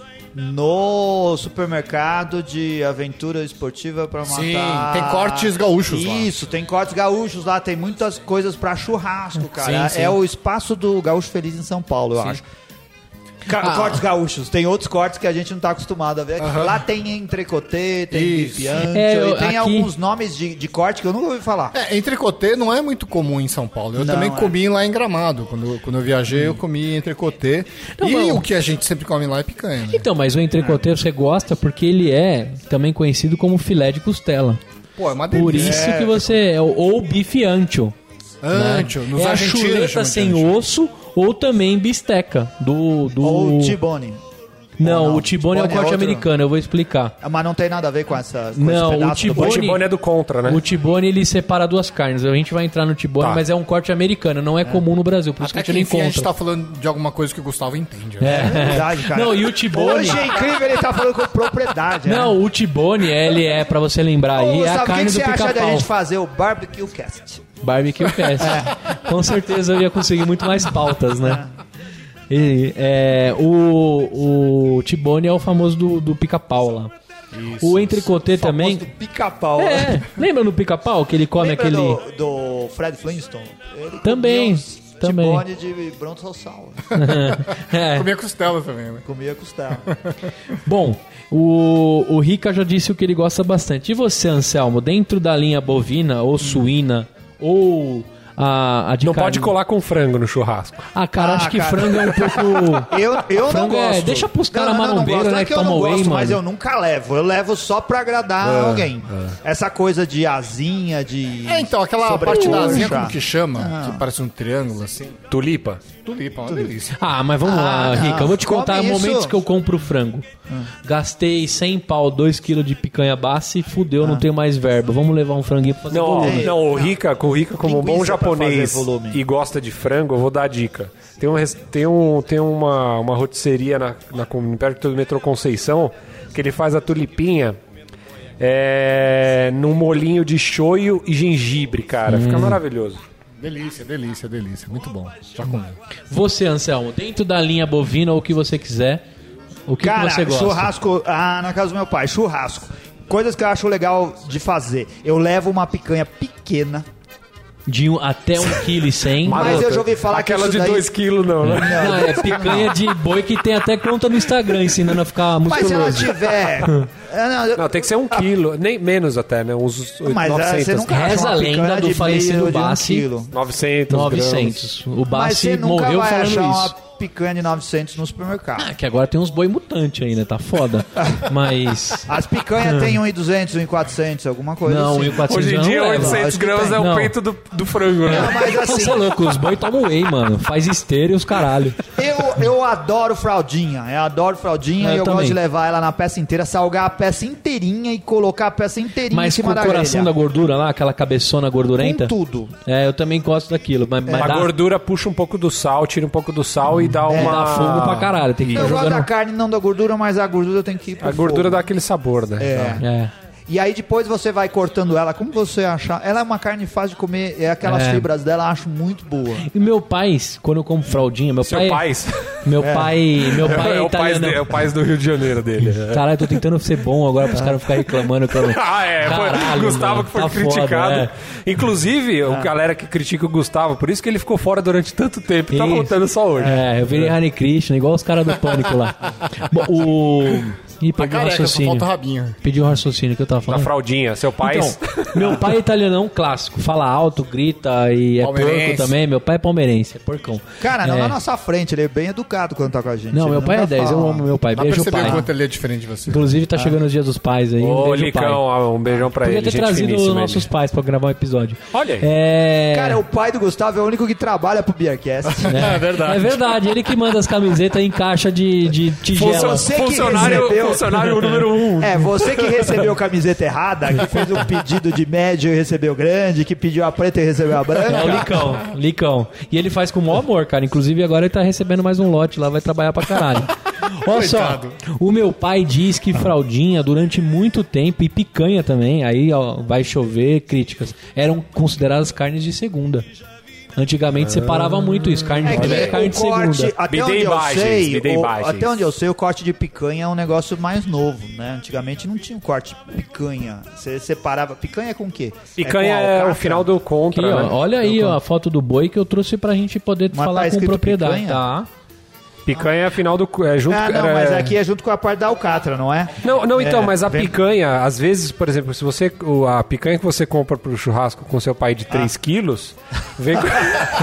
No supermercado de aventura esportiva pra matar. Sim, tem cortes gaúchos lá. Isso, tem cortes gaúchos lá, tem muitas coisas pra churrasco, cara. Sim, sim. É o espaço do Gaúcho Feliz em São Paulo, eu acho. Ca- Ah. Cortes gaúchos, tem outros cortes que a gente não tá acostumado a ver. aqui. Aham. Lá tem entrecotê, tem Isso. bife ancho, É, eu- e tem aqui- alguns nomes de, de corte que eu nunca ouvi falar. É, entrecotê não é muito comum em São Paulo. Eu Não, também é. comi lá em Gramado. Quando, quando eu viajei, eu comi entrecotê. Não, e mas- o que a gente sempre come lá é picanha, né? Então, mas o entrecoteiro você gosta porque ele é também conhecido como filé de costela. Pô, é uma Por delícia. isso que você... Ou bife ancho. Ancho, nos é a argentinos chuleta chamam de sem ancho. osso ou também bisteca. Do, do... Ou T-bone. Não, Ou não, o T-bone é o T-bone é corte outro. americano, eu vou explicar. Mas não tem nada a ver com essa com Não, esse o pedaço do T-bone- O T-bone é do contra, né? O T-bone ele separa duas carnes. A gente vai entrar no T-bone, Tá. mas é um corte americano, não é, comum no Brasil, por isso que Até a que gente não enfim a gente encontra. tá falando de alguma coisa que o Gustavo entende. Né? É verdade, cara. Não, e o T-bone... Hoje é incrível, ele tá falando com propriedade. né? Não, o T-bone, ele é, pra você lembrar aí, Ô, é a Gustavo, o que, carne que do você acha da pica-pau. gente fazer o Barbecue Cast? Barbecue Cast. É. Com certeza eu ia conseguir muito mais pautas, né? E, é, o o T-bone é o famoso do, do pica-pau lá. O entrecotê também... Do pica-pau. É, lembra no pica-pau que ele come Lembra aquele... do, do Fred Flintstone? Ele Também, comia uns também. T-bone de brontossal. É. Comia costela também, né? Comia costela. Bom, o, o Rica já disse o que ele gosta bastante. E você, Anselmo, dentro da linha bovina ou suína ou A, a de Não carne. pode colar com frango no churrasco. Ah, cara, Ah, acho que cara. frango é um pouco... Eu, eu Frango não é- gosto. deixa pros caras Não, não, não marombeiro, gosto. Não né, é que que eu não toma whey, gosto, mas mano. eu nunca levo. Eu levo só pra agradar alguém. Essa coisa de asinha, de... É, então, aquela sobrecoxa. parte da asinha, como que chama? Que parece um triângulo, assim. Tulipa. Tulipa, uma delícia. Ah, mas vamos Ah, lá, não. Rica. Eu vou te Come contar isso. momentos que eu compro frango. Gastei cem pau, dois quilos de picanha bassa e fudeu, não tenho mais verba. Vamos levar um franguinho pra fazer Não, ó, volume. não, o Rica, com o Rica como um bom Linguiça pra japonês fazer volume. e gosta de frango, eu vou dar a dica. Tem, um, res- tem, um, tem uma, uma rotisseria na, na, com- perto do metrô Conceição que ele faz a tulipinha é, num molinho de shoyu e gengibre, cara. Fica maravilhoso. Delícia, delícia, delícia. Muito bom. Já comi. Você, Anselmo, dentro da linha bovina ou o que você quiser, o que, que Cara, você gosta? churrasco... Ah, na casa do meu pai, churrasco. Coisas que eu acho legal de fazer. Eu levo uma picanha pequena. De um, até um quilo e cem. Mas eu já ouvi falar que Aquela isso de daí- dois quilos, não, né? Não, é picanha de boi que tem até conta no Instagram ensinando a ficar Mas se ela musculoso. tiver... É, não, eu- Não, tem que ser um quilo, nem menos até, né? Uns Mas é, novecentos. você nunca acha Reza uma a lenda picanha do de falecido meio de um Bassi. quilo. novecentos. novecentos. O Mas Bassi você nunca morreu vai falando achar isso. uma picanha de novecentos no supermercado. Ah, que agora tem uns boi mutante aí, né? Tá foda. Mas... As picanhas tem um e duzentos, um e quatrocentos, alguma coisa Não, assim. um e quatrocentos Hoje em já dia, não leva. oitocentos acho que gramas tem. é o Não. peito do, do frango, né? Não, mas assim, Você é louco, os boi tomam whey, mano. Faz esteira e os caralho. eu, eu adoro fraldinha. Eu adoro fraldinha Eu e eu também. gosto de levar ela na peça inteira, salgar a peça inteirinha e colocar a peça inteirinha Mas em com cima o da coração da grelha. gordura lá, aquela cabeçona gordurenta. Com tudo. É, eu também gosto daquilo. Mas, mas A dá, gordura puxa um pouco do sal, tira um pouco do sal e dá uma... dá fogo pra caralho. Tem que Eu ir gosto da jogando... carne, não da gordura, mas a gordura tem que ir pro A gordura fogo. dá aquele sabor, né? É. É. E aí depois você vai cortando ela, como você achar. Ela é uma carne fácil de comer, é aquelas É. fibras dela, eu acho muito boa. E meu pai, quando eu compro fraldinha, meu Seu pai... pai. Meu pai... Meu pai é, É o pai, italiano. é o pai do Rio de Janeiro dele. Caralho, eu tô tentando ser bom agora pros caras não ficarem reclamando que eu não... Ah, é. Foi Caralho, o Gustavo mano, que foi tá criticado. foda, é. Inclusive, a galera que critica o Gustavo, por isso que ele ficou fora durante tanto tempo. Tá Isso. voltando só hoje. É, eu virei Hare Krishna, igual os caras do Pânico lá. Bom, o... Ih, Tá perdi o careca, só raciocínio. falta o rabinho. Pedi o raciocínio que eu tava Na falando. fraldinha. Seu pai... Então, meu pai é italianão clássico. Fala alto, grita e é Palmeirense. porco também. Meu pai é palmeirense, é porcão. Cara, não é. na nossa frente, ele é bem educado quando tá com a gente. Não, Ele meu pai é nunca dez, eu fala. amo meu pai. Dá pra Beijo, perceber pai. o quanto ele é diferente de você. Inclusive, tá chegando os dias dos pais aí. Ô, um beijo, pai. Licão, um beijão pra Podia ele. ter Gente trazido os finíssima, nossos ele. pais pra gravar um episódio. Olha aí. É... Cara, o pai do Gustavo é o único que trabalha pro Beercast. é, verdade. É verdade, ele que manda as camisetas em caixa de, de tigela. Você que Funcionário, recebeu- funcionário número um. É, você que recebeu a camiseta errada, que fez um pedido de médio e recebeu grande, que pediu a preta e recebeu a branca. É o Licão, Licão. E ele faz com o maior amor, cara. Inclusive agora ele tá recebendo mais um lote lá, vai trabalhar pra caralho. Olha só, Coitado. o meu pai diz que fraldinha durante muito tempo e picanha também, aí ó, vai chover, críticas, eram consideradas carnes de segunda. Antigamente separava muito isso, carne de É primeira e que carne o de corte, segunda. até Me onde dê eu imagens, sei, me dê o- imagens. até onde eu sei, o corte de picanha é um negócio mais novo, né? Antigamente não tinha um corte de picanha. Você separava. Picanha é com o quê? Picanha com é, o alcatra? final do Aqui, contra, ó, né? olha aí ó, a foto do boi que eu trouxe pra gente poder Mas falar tá com escrito propriedade. picanha? Tá. Picanha é a final do... É junto, Ah, não, é- mas aqui é junto com a parte da alcatra, não é? Não, não, então, É, mas a vem- picanha, às vezes, por exemplo, se você... o- A picanha que você compra pro churrasco com seu pai de três Ah. quilos, vem com...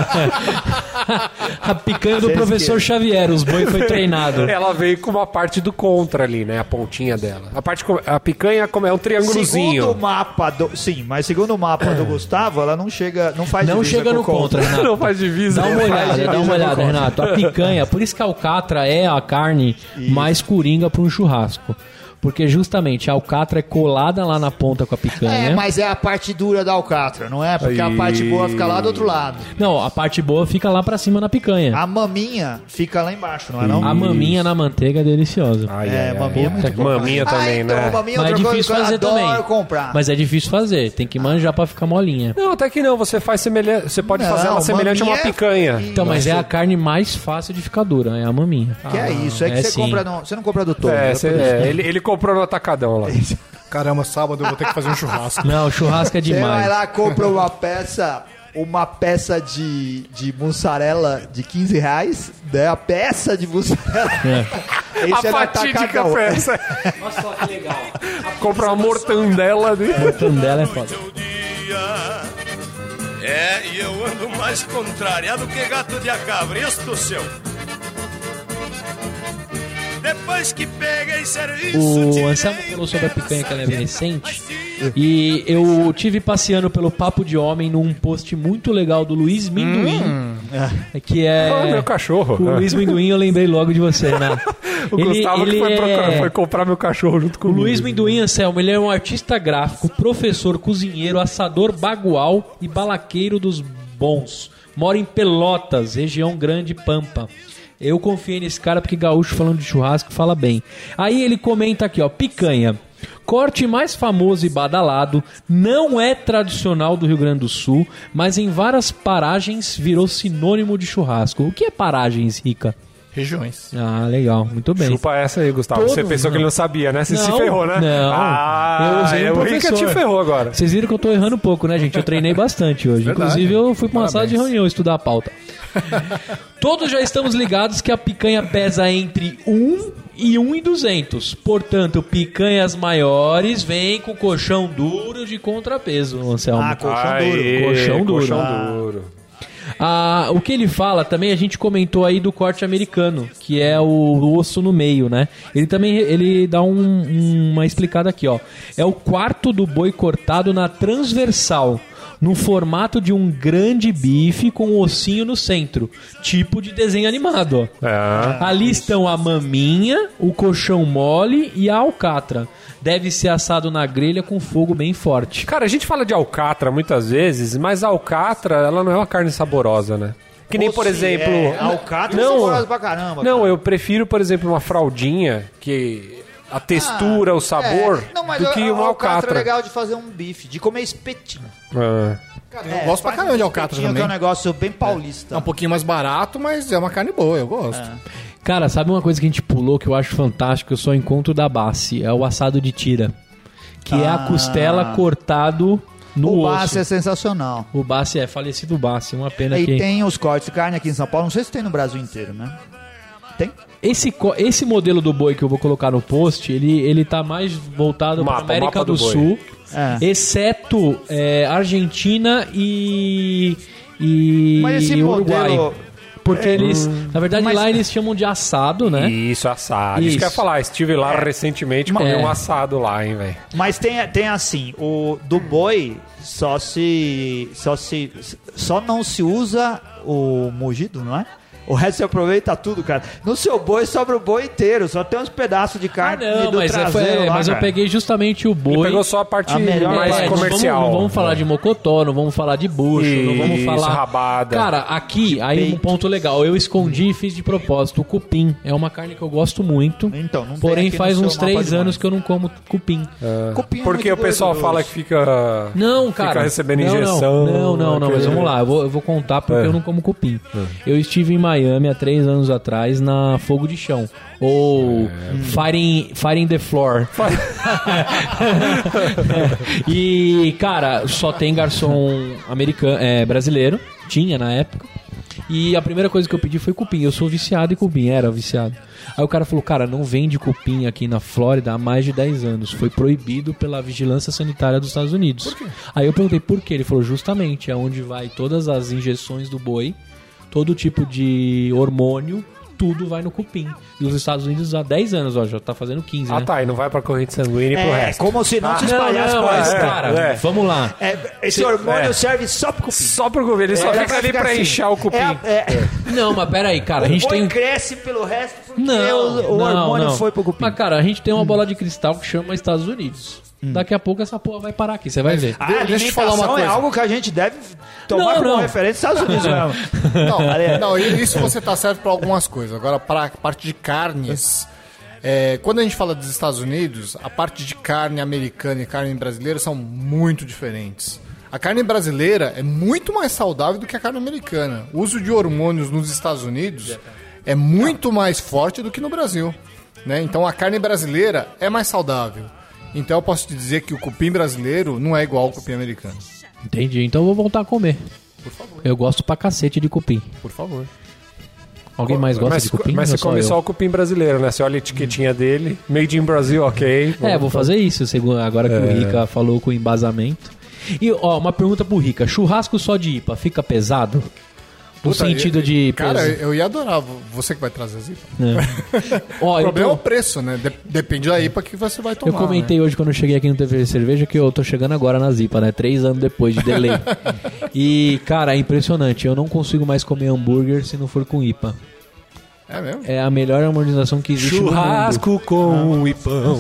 A picanha do Vocês professor que- Xavier, os boi foi treinado. Ela vem com uma parte do contra ali, né? A pontinha dela. A parte co- a picanha como é um Segundo triângulozinho. o mapa do. Sim, mas segundo o mapa do Gustavo, ela não chega. Não faz Não divisa chega com no o contra. contra, Renato. Não faz divisa. Dá uma né? olhada, divisa dá uma com olhada, contra. Renato. A picanha, por isso que a alcatra é a carne mais coringa para um churrasco. Porque justamente a alcatra é colada lá na ponta com a picanha. É, mas é a parte dura da alcatra, não é? Porque a Aí. parte boa fica lá do outro lado. Não, a parte boa fica lá pra cima na picanha. A maminha fica lá embaixo, não é não? A maminha na manteiga é deliciosa. Ai, É, ai, ai. maminha é muito Puta que boa. Maminha Ah, também, então, né? maminha é Mas é outra coisa difícil que eu fazer adoro também. comprar. Mas é difícil fazer, tem que manjar pra ficar molinha. Não, até que não. Você faz semelhante. Você pode Não, fazer ela semelhante a uma maminha é- picanha. Então, mas é a carne mais fácil de ficar dura, é a maminha. Que é isso, é que é você sim. compra no, você não compra do todo. É, é cê- por isso. é, ele, ele comprou no atacadão lá. Caramba, sábado eu vou ter que fazer um churrasco. Não, churrasco é Você vai demais. lá, compra uma peça, uma peça de, de mussarela de quinze reais, né? A peça de mussarela. É. Esse A é no fatídica atacadão. peça. Olha só que legal. Compra uma mortandela. De... A mortandela é foda. É, e eu ando mais contrariado que gato de acabresto, seu. Depois que peguei serviço... O Anselmo falou sobre a picanha que ela é recente. E eu tive passeando pelo Papo de Homem num post muito legal do Luiz Minduim. Hum. Que é... Oh, meu cachorro. O Luiz Minduim, eu lembrei logo de você, né? O ele, Gustavo ele que foi, é... procurar, foi comprar meu cachorro junto comigo. O Luiz Minduim, Anselmo, ele é um artista gráfico, professor, cozinheiro, assador bagual e balaqueiro dos bons. Mora em Pelotas, região Grande Pampa. Eu confiei nesse cara porque gaúcho falando de churrasco fala bem. Aí ele comenta aqui, ó, picanha. Corte mais famoso e badalado, não é tradicional do Rio Grande do Sul, mas em várias paragens virou sinônimo de churrasco. O que é paragens, Rica? Regiões. Ah, legal, muito bem. Chupa essa aí, Gustavo. Todos, Você pensou não. que ele não sabia, né? Você não, se ferrou, né? Não, ah, eu usei um o Rica te ferrou agora. Vocês viram que eu tô errando um pouco, né, gente? Eu treinei bastante hoje. Verdade. Inclusive, eu fui pra uma Parabéns. sala de reunião estudar a pauta. Todos já estamos ligados que a picanha pesa entre um e um e duzentos. Portanto, picanhas maiores vêm com colchão duro de contrapeso, Anselmo. Ah, colchão Aê, duro. Colchão duro. Colchão ah. duro. Ah, o que ele fala também, a gente comentou aí do corte americano, que é o, o osso no meio, né? Ele também ele dá um, uma explicada aqui, ó. É o quarto do boi cortado na transversal, no formato de um grande bife com um ossinho no centro, tipo de desenho animado, ó. É. Ali estão a maminha, o colchão mole e a alcatra. Deve ser assado na grelha com fogo bem forte. Cara, a gente fala de alcatra muitas vezes, mas a alcatra, ela não é uma carne saborosa, né? Que nem, Ou por exemplo... É, alcatra não, é saborosa pra caramba. Não, cara. eu prefiro, por exemplo, uma fraldinha, que a textura, ah, o sabor, é. não, mas do que uma alcatra. alcatra é legal de fazer um bife, de comer espetinho. Ah. Cara, eu é, gosto pra caramba de alcatra também. Que é um negócio bem paulista. É um pouquinho mais barato, mas é uma carne boa, eu gosto. É. Cara, sabe uma coisa que a gente pulou que eu acho fantástico? Eu só encontro da Bassi, é o assado de tira. Que ah. é a costela cortado no o osso. O Bassi é sensacional. O Bassi é falecido Bassi, uma pena e que... E tem os cortes de carne aqui em São Paulo, não sei se tem no Brasil inteiro, né? Tem? Esse, esse modelo do boi que eu vou colocar no post, ele, ele tá mais voltado para América do, do Sul, é. exceto é, Argentina e, e Mas esse Uruguai. Modelo... Porque é, eles, hum, na verdade, mas... lá eles chamam de assado, né? Isso, assado. Isso, Isso que eu ia falar. Estive lá é. recentemente, comi é. um assado lá, hein, velho. Mas tem, tem assim, o do boi só se, só se... Só não se usa o mugido, não é? O resto você aproveita tudo, cara. No seu boi sobra o boi inteiro, só tem uns pedaços de carne ah, não, do mas traseiro é, foi, lá, Mas cara. eu peguei justamente o boi. Ele pegou só a parte a melhor mais é, comercial. Não vamos, não vamos falar de mocotó, não vamos falar de bucho, Isso, não vamos falar... rabada. Cara, aqui, aí um ponto legal. Eu escondi e fiz de propósito. O cupim é uma carne que eu gosto muito. Então, não porém, faz uns três anos que eu não como cupim. É. cupim é Porque o pessoal gorduroso. fala que fica... Não, cara. Fica recebendo não, injeção. Não, não, não. não mas vamos lá. Eu vou, eu vou contar porque é. eu não como cupim. É. Eu estive em Miami há três anos atrás na Fogo de Chão. Ou é. Fire, in, Fire in the Floor. E, cara, só tem garçom americano, é, brasileiro. Tinha na época. E a primeira coisa que eu pedi foi cupim. Eu sou viciado em cupim, era viciado. Aí o cara falou, cara, não vende cupim aqui na Flórida há mais de dez anos. Foi proibido pela vigilância sanitária dos Estados Unidos. Por quê? Aí eu perguntei por quê. Ele falou, justamente, é onde vai todas as injeções do boi, todo tipo de hormônio, tudo vai no cupim. E os Estados Unidos há dez anos, ó, já tá fazendo quinze, ah, né? Ah, tá, e não vai pra corrente sanguínea e é, pro resto. Como se não ah, se espalhasse não, pra não, esse é, cara. É. Vamos lá. É, esse Cê, hormônio é. serve só pro cupim. Só pro cupim, ele é, só fica ali pra assim. inchar o cupim. É, é. Não, mas pera aí, cara. O a gente boi tem... cresce pelo resto porque não, o, o não, hormônio não. foi pro cupim. Mas, cara, a gente tem uma bola de cristal que chama Estados Unidos. Hum. Daqui a pouco essa porra vai parar aqui, você vai ver. A alimentação Deixa eu te falar uma coisa. É algo que a gente deve tomar não, como não. referência dos Estados Unidos mesmo. Não, não, isso você tá certo pra algumas coisas. Agora, pra parte de carnes, é, quando a gente fala dos Estados Unidos, a parte de carne americana e carne brasileira são muito diferentes. A carne brasileira é muito mais saudável do que a carne americana. O uso de hormônios nos Estados Unidos é muito mais forte do que no Brasil, né? Então a carne brasileira é mais saudável. Então eu posso te dizer que o cupim brasileiro não é igual ao cupim americano. Entendi, então eu vou voltar a comer. Por favor. Eu gosto pra cacete de cupim. Por favor. Alguém mais gosta mas, de cupim? Mas você come só o cupim brasileiro, né? Você olha a etiquetinha hum. dele, made in Brasil, ok. É, vou fazer isso, agora que é. o Rica falou com embasamento. E, ó, uma pergunta pro Rica. Churrasco só de I P A fica pesado? No Puta, sentido eu- de... Cara, peso? eu ia adorar. Você que vai trazer as I P A. É. Ó, O eu, problema é o tô- preço, né? De- depende da I P A que você vai tomar. eu comentei hoje quando eu cheguei aqui no T V Cerveja que eu tô chegando agora nas I P A, né? Três anos depois de delay. E, cara, é impressionante. Eu não consigo mais comer hambúrguer se não for com I P A. Né? É mesmo? É a melhor harmonização que existe no mundo. Churrasco com ipão.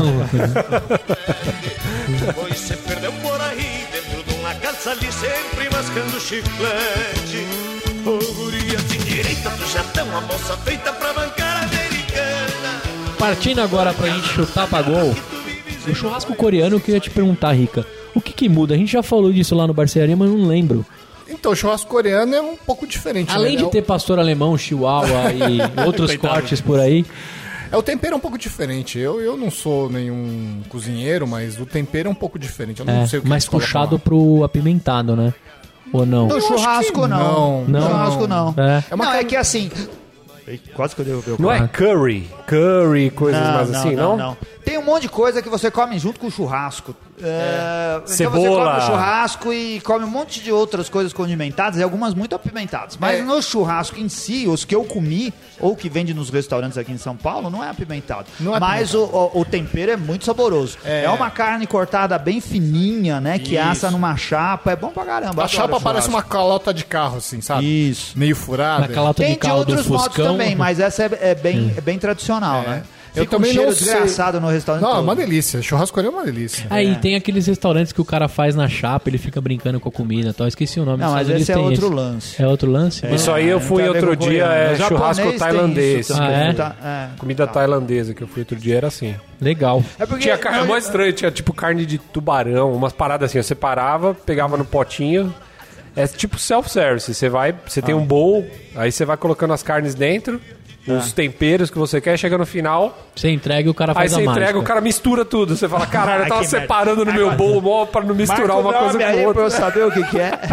Pois se perdeu por aí, dentro de uma calça ali, sempre mascando chiclete. Ô, guria, de direita do Japão, a moça feita pra bancar americana. Partindo agora pra gente chutar pra gol, o churrasco coreano eu queria te perguntar, Rica, o que que muda? A gente já falou disso lá no Barcearia, mas não lembro. Então, o churrasco coreano é um pouco diferente. Além né? de É o- ter pastor alemão, chihuahua e outros cortes por aí, É, o tempero é um pouco diferente. Eu, eu não sou nenhum cozinheiro, mas o tempero é um pouco diferente. Eu não é sei o que mais eles colocam puxado lá. pro apimentado, né? Ou não? No acho churrasco que não. não. No Não. churrasco não. É. É uma não, é carne- que assim... Ih, quase que eu derrubei o Não é curry? Curry, coisas mais assim, não? Tem um monte de coisa que você come junto com o churrasco. É, Então você Cebola. come o churrasco e come um monte de outras coisas condimentadas e algumas muito apimentadas. Mas É. no churrasco em si, os que eu comi, ou que vende nos restaurantes aqui em São Paulo, não é apimentado. Não é Mas o, o- o tempero é muito saboroso. É. É. uma carne cortada bem fininha, né? Que Isso. assa numa chapa. É bom pra caramba. A adoro chapa parece uma churrasco. calota de carro, assim, sabe? Isso. Meio furada. Na calota Tem de de caldo do outros modos Fuscão. também, mas essa é, é bem, é bem tradicional, É. né? Eu Fica também um cheiro não sei. desgraçado no restaurante Não, é todo. uma delícia. Churrasco coreano é uma delícia. Aí tem aqueles restaurantes que o cara faz na chapa, ele fica brincando com a comida e tal. Esqueci o nome. Não, nos mas Estados esse é Unidos tem outro esse. lance. É outro lance? Isso aí eu Não fui tem a ver outro com dia, coreano. é O japonês churrasco tem tailandês. isso também, Ah, é? tá? É. Comida tailandesa que eu fui outro dia era assim. Legal. É porque Tinha carne, é não, mó estranho, tinha tipo carne de tubarão, umas paradas assim, você parava, pegava no potinho. É tipo self-service, você vai, você tem um bowl, aí você vai colocando as carnes dentro, os temperos que você quer, chega no final, Você entrega e o cara aí faz você a entrega, mágica. o cara mistura tudo. Você fala, caralho, eu tava Que merda. separando no meu bowl mó pra não misturar Marca o uma coisa nome com aí pra outra. eu saber o que que é.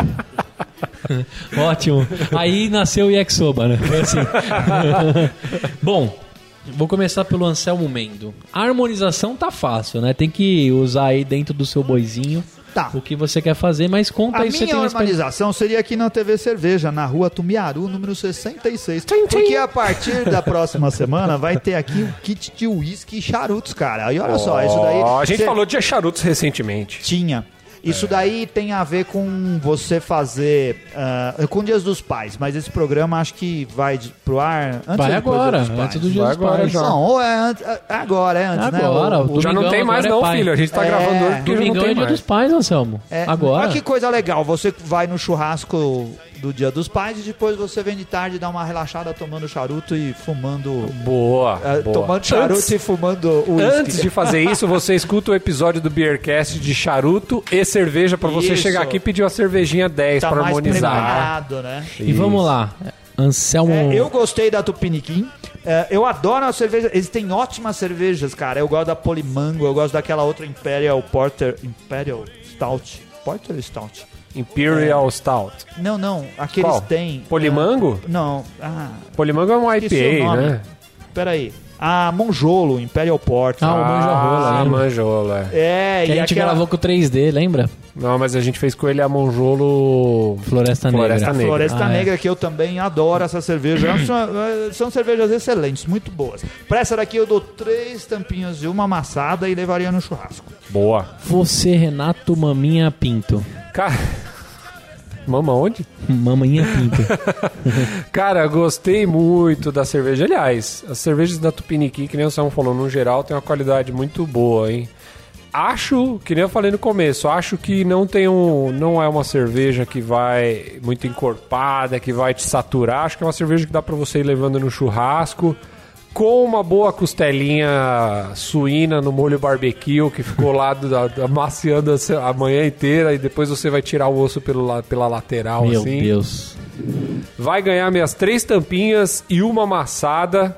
Ótimo. Aí nasceu o Yakisoba, né? Foi assim. Bom, vou começar pelo Anselmo Mendo. A harmonização tá fácil, né? Tem que usar aí dentro do seu boizinho Tá. o que você quer fazer, mas conta A aí se você minha tem uma experiência. normalização seria aqui na T V Cerveja, na rua Tumiaru, número sessenta e seis. Porque a partir da próxima semana vai ter aqui um kit de uísque e charutos, cara. E olha só, isso daí... Ó, a gente cê- falou de charutos recentemente. Tinha. Isso daí tem a ver com você fazer ah, com Dias dos Pais, mas esse programa acho que vai de, pro ar antes Vai ou depois agora, do Dia dos antes Pais? do Dia Vai dos agora Pais. já. Não, ou é antes, é agora, é antes, Agora, né? o O- Já não Domingão tem mais agora é não, pai. filho. A gente tá É, gravando hoje porque já não Domingão tem é Dia mais. dos Pais, Anselmo. É, Agora. Olha que coisa legal, você vai no churrasco do Dia dos Pais e depois você vem de tarde dar uma relaxada tomando charuto e fumando... Boa, é, boa. tomando charuto Antes- e fumando uísque. Antes de fazer isso, você escuta o episódio do Beercast de charuto e cerveja pra você Isso. chegar aqui e pedir uma cervejinha dez Tá pra mais harmonizar. preparado, né? E vamos lá. Anselmo. É, eu gostei da Tupiniquim. É, eu adoro a cerveja. Eles têm ótimas cervejas, cara. Eu gosto da Polimango, eu gosto daquela outra Imperial Porter. Imperial Stout. Porter ou Stout? Imperial Stout. Não, não. Aqueles Qual? têm. Polimango? é, não. Ah, Polimango é um esqueci o I P A, nome. né? Peraí. A Monjolo, Imperial Porter. Ah, o Manjarrola, Ah, lembra? manjola. É, Que a e gente aquela... gravou com o três D, lembra? Não, mas a gente fez com ele a Monjolo... Floresta Negra. Floresta Negra. Floresta Ah, é. Negra, que eu também adoro essa cerveja. são, eh, são cervejas excelentes, muito boas. Pra essa daqui eu dou três tampinhas de uma amassada e levaria no churrasco. Boa. Você, Renato Maminha Pinto. Cara... Mama onde? Maminha Pinto. Cara, gostei muito da cerveja. Aliás, as cervejas da Tupiniquim, que nem o Sam falou, no geral, tem uma qualidade muito boa, hein? Acho, que nem eu falei no começo, acho que não tem um, não é uma cerveja que vai muito encorpada, que vai te saturar. Acho que é uma cerveja que dá pra você ir levando no churrasco, com uma boa costelinha suína no molho barbecue, que ficou lá do- da- amaciando a a manhã inteira, e depois você vai tirar o osso pelo, la- pela lateral, Meu assim. Deus. Vai ganhar minhas três tampinhas e uma amassada.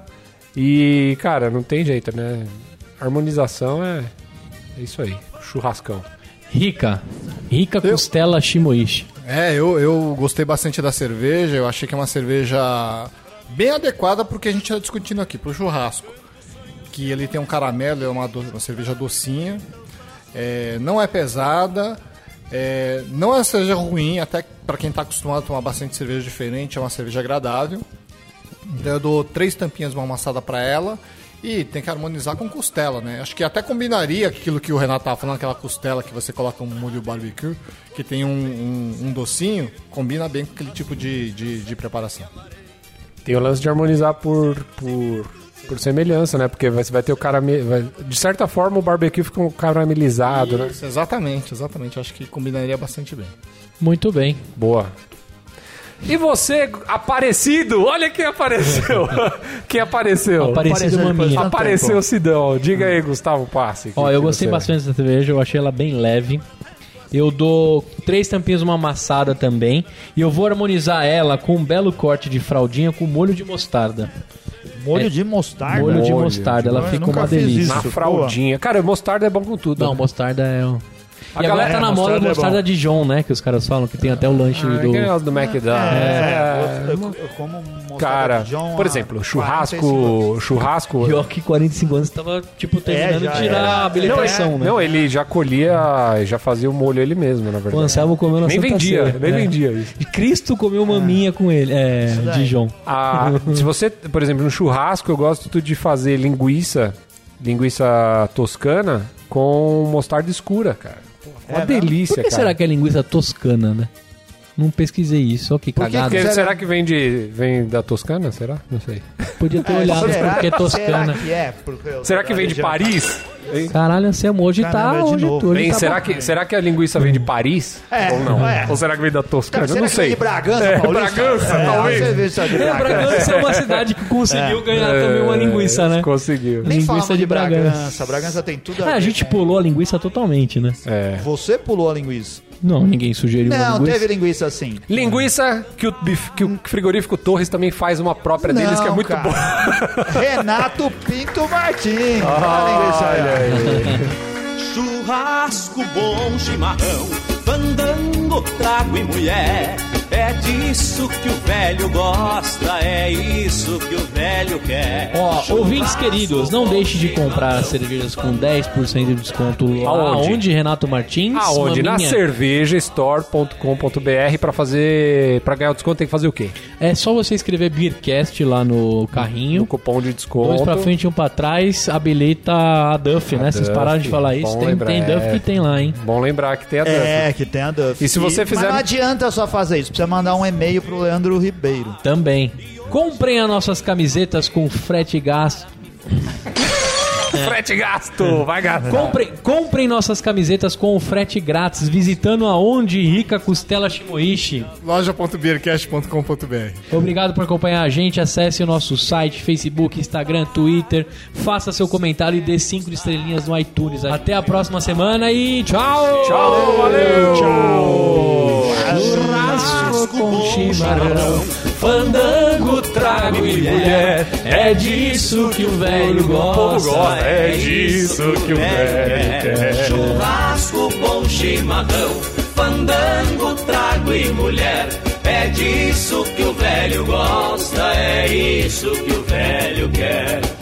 E, cara, não tem jeito, né? Harmonização é, é isso aí. Churrascão. Rica. Rica Costela Shimoishi. É, eu, eu gostei bastante da cerveja. Eu achei que é uma cerveja bem adequada pro que a gente está discutindo aqui, pro churrasco. Que ele tem um caramelo, é uma, do- uma cerveja docinha. É, não é pesada. É, não é uma cerveja ruim, até para quem está acostumado a tomar bastante cerveja diferente, é uma cerveja agradável. Então eu dou três tampinhas mal amassada para ela e tem que harmonizar com costela, né? Acho que até combinaria aquilo que o Renato tava falando, aquela costela que você coloca um molho barbecue, que tem um, um, um docinho, combina bem com aquele tipo de, de, de preparação. Tem o lance de harmonizar por, por, por semelhança, né? Porque você vai ter o caramelo... De certa forma, o barbecue fica um caramelizado, né? Isso, exatamente, exatamente. Acho que combinaria bastante bem. Muito bem. Boa. E você, Aparecido, olha quem apareceu. Quem apareceu? Aparecido Maminha. Apareceu o Sidão. Diga aí, Gustavo Passi. Ó, eu gostei bastante dessa cerveja, eu achei ela bem leve. Eu dou três tampinhas uma amassada também. E eu vou harmonizar ela com um belo corte de fraldinha com molho de mostarda. Molho É, de mostarda? Molho de Molho mostarda, ela Eu fica nunca uma fiz delícia. isso. Na fraldinha. Cara, mostarda é bom com tudo. Não, né? mostarda é... o- A E agora galera- tá na é, moda mostarda é mostarda bom. Dijon, né? Que os caras falam que tem até o lanche Ah, do... que é os do McDonald's. É, É. eu, eu, eu como mostarda Cara, Dijon por há exemplo, quarenta e cinco churrasco... anos. Churrasco... Pior que quarenta e cinco anos tava, tipo, terminando já de tirar era. a habilitação, né? Não, ele já colhia, já fazia o molho ele mesmo, na O verdade. Anselmo comeu na Nem Santa vendia, Ceia. nem É. vendia isso. E Cristo comeu maminha com ele, é, daí. Dijon. Ah, se você, por exemplo, no churrasco, eu gosto de fazer linguiça, linguiça toscana com mostarda escura, cara. Pô, uma É, delícia, Por que cara. será que é linguiça toscana, né? Não pesquisei isso, ó que Por que cagada. Porque, Será- será que vem, de, vem da Toscana? Será? Não sei. Podia ter É, olhado será, porque é toscana. Será que é? Porque eu- Será que vem de região- Paris? Hein? Caralho, Anselmo, hoje Caramba, tá... de Hoje, novo. hoje Hein, tá será, bom. que, será que a linguiça vem de Paris? É, Ou não? é. Ou será que vem da Toscana? Será Eu não que sei. vem de Bragança, É, Paulista? Bragança, É, talvez. uma cerveja de É, Bragança. Bragança é uma cidade que conseguiu ganhar também uma linguiça, né? Conseguiu. Nem Linguiça falamos de de Bragança. Bragança. Bragança tem tudo a Ah, a ver gente com- pulou a linguiça totalmente, né? É. Você pulou a linguiça. Não, ninguém sugeriu uma Não, linguiça. teve linguiça assim. Linguiça que o, bif- que o frigorífico Torres também faz uma própria deles, que é Não, muito cara. boa. Renato Pinto Martins. Olha a linguiça aí. Churrasco, bom chimarrão, fandango, trago e mulher. É disso que o velho gosta, é isso que o velho quer. Ó, ouvintes queridos, não deixe de comprar cervejas com dez por cento de desconto lá. Aonde? Onde, Renato Martins? Aonde? Na Maminha? cerveja store ponto com ponto b r pra fazer. Pra ganhar o desconto tem que fazer o quê? É só você escrever Beercast lá no carrinho. No cupom de desconto. Dois pra frente e um pra trás, habilita a Duff, né? Vocês Duff, pararam de falar isso. bom Tem, lembrar, tem Duff é. que tem lá, hein? Bom lembrar que tem a Duff. É, que tem a Duff. E se você fizer- Mas não adianta só fazer isso. Precisa mandar um e-mail pro Leandro Ribeiro. Também. Comprem as nossas camisetas com frete e gasto. Frete gasto, vai gastar. Comprem, comprem nossas camisetas com o frete grátis, visitando aonde Rica Costela Shimoishi. loja ponto beercast ponto com ponto b r. Obrigado por acompanhar a gente. Acesse o nosso site, Facebook, Instagram, Twitter. Faça seu comentário e dê cinco estrelinhas no iTunes. Até a próxima semana e tchau! Tchau, valeu! Churrasco com chimarrão, fandango, trago e mulher. É disso que o velho gosta. É disso que o velho quer. Churrasco, bom chimarrão, fandango, trago e mulher. É disso que o velho gosta, é isso que o velho quer.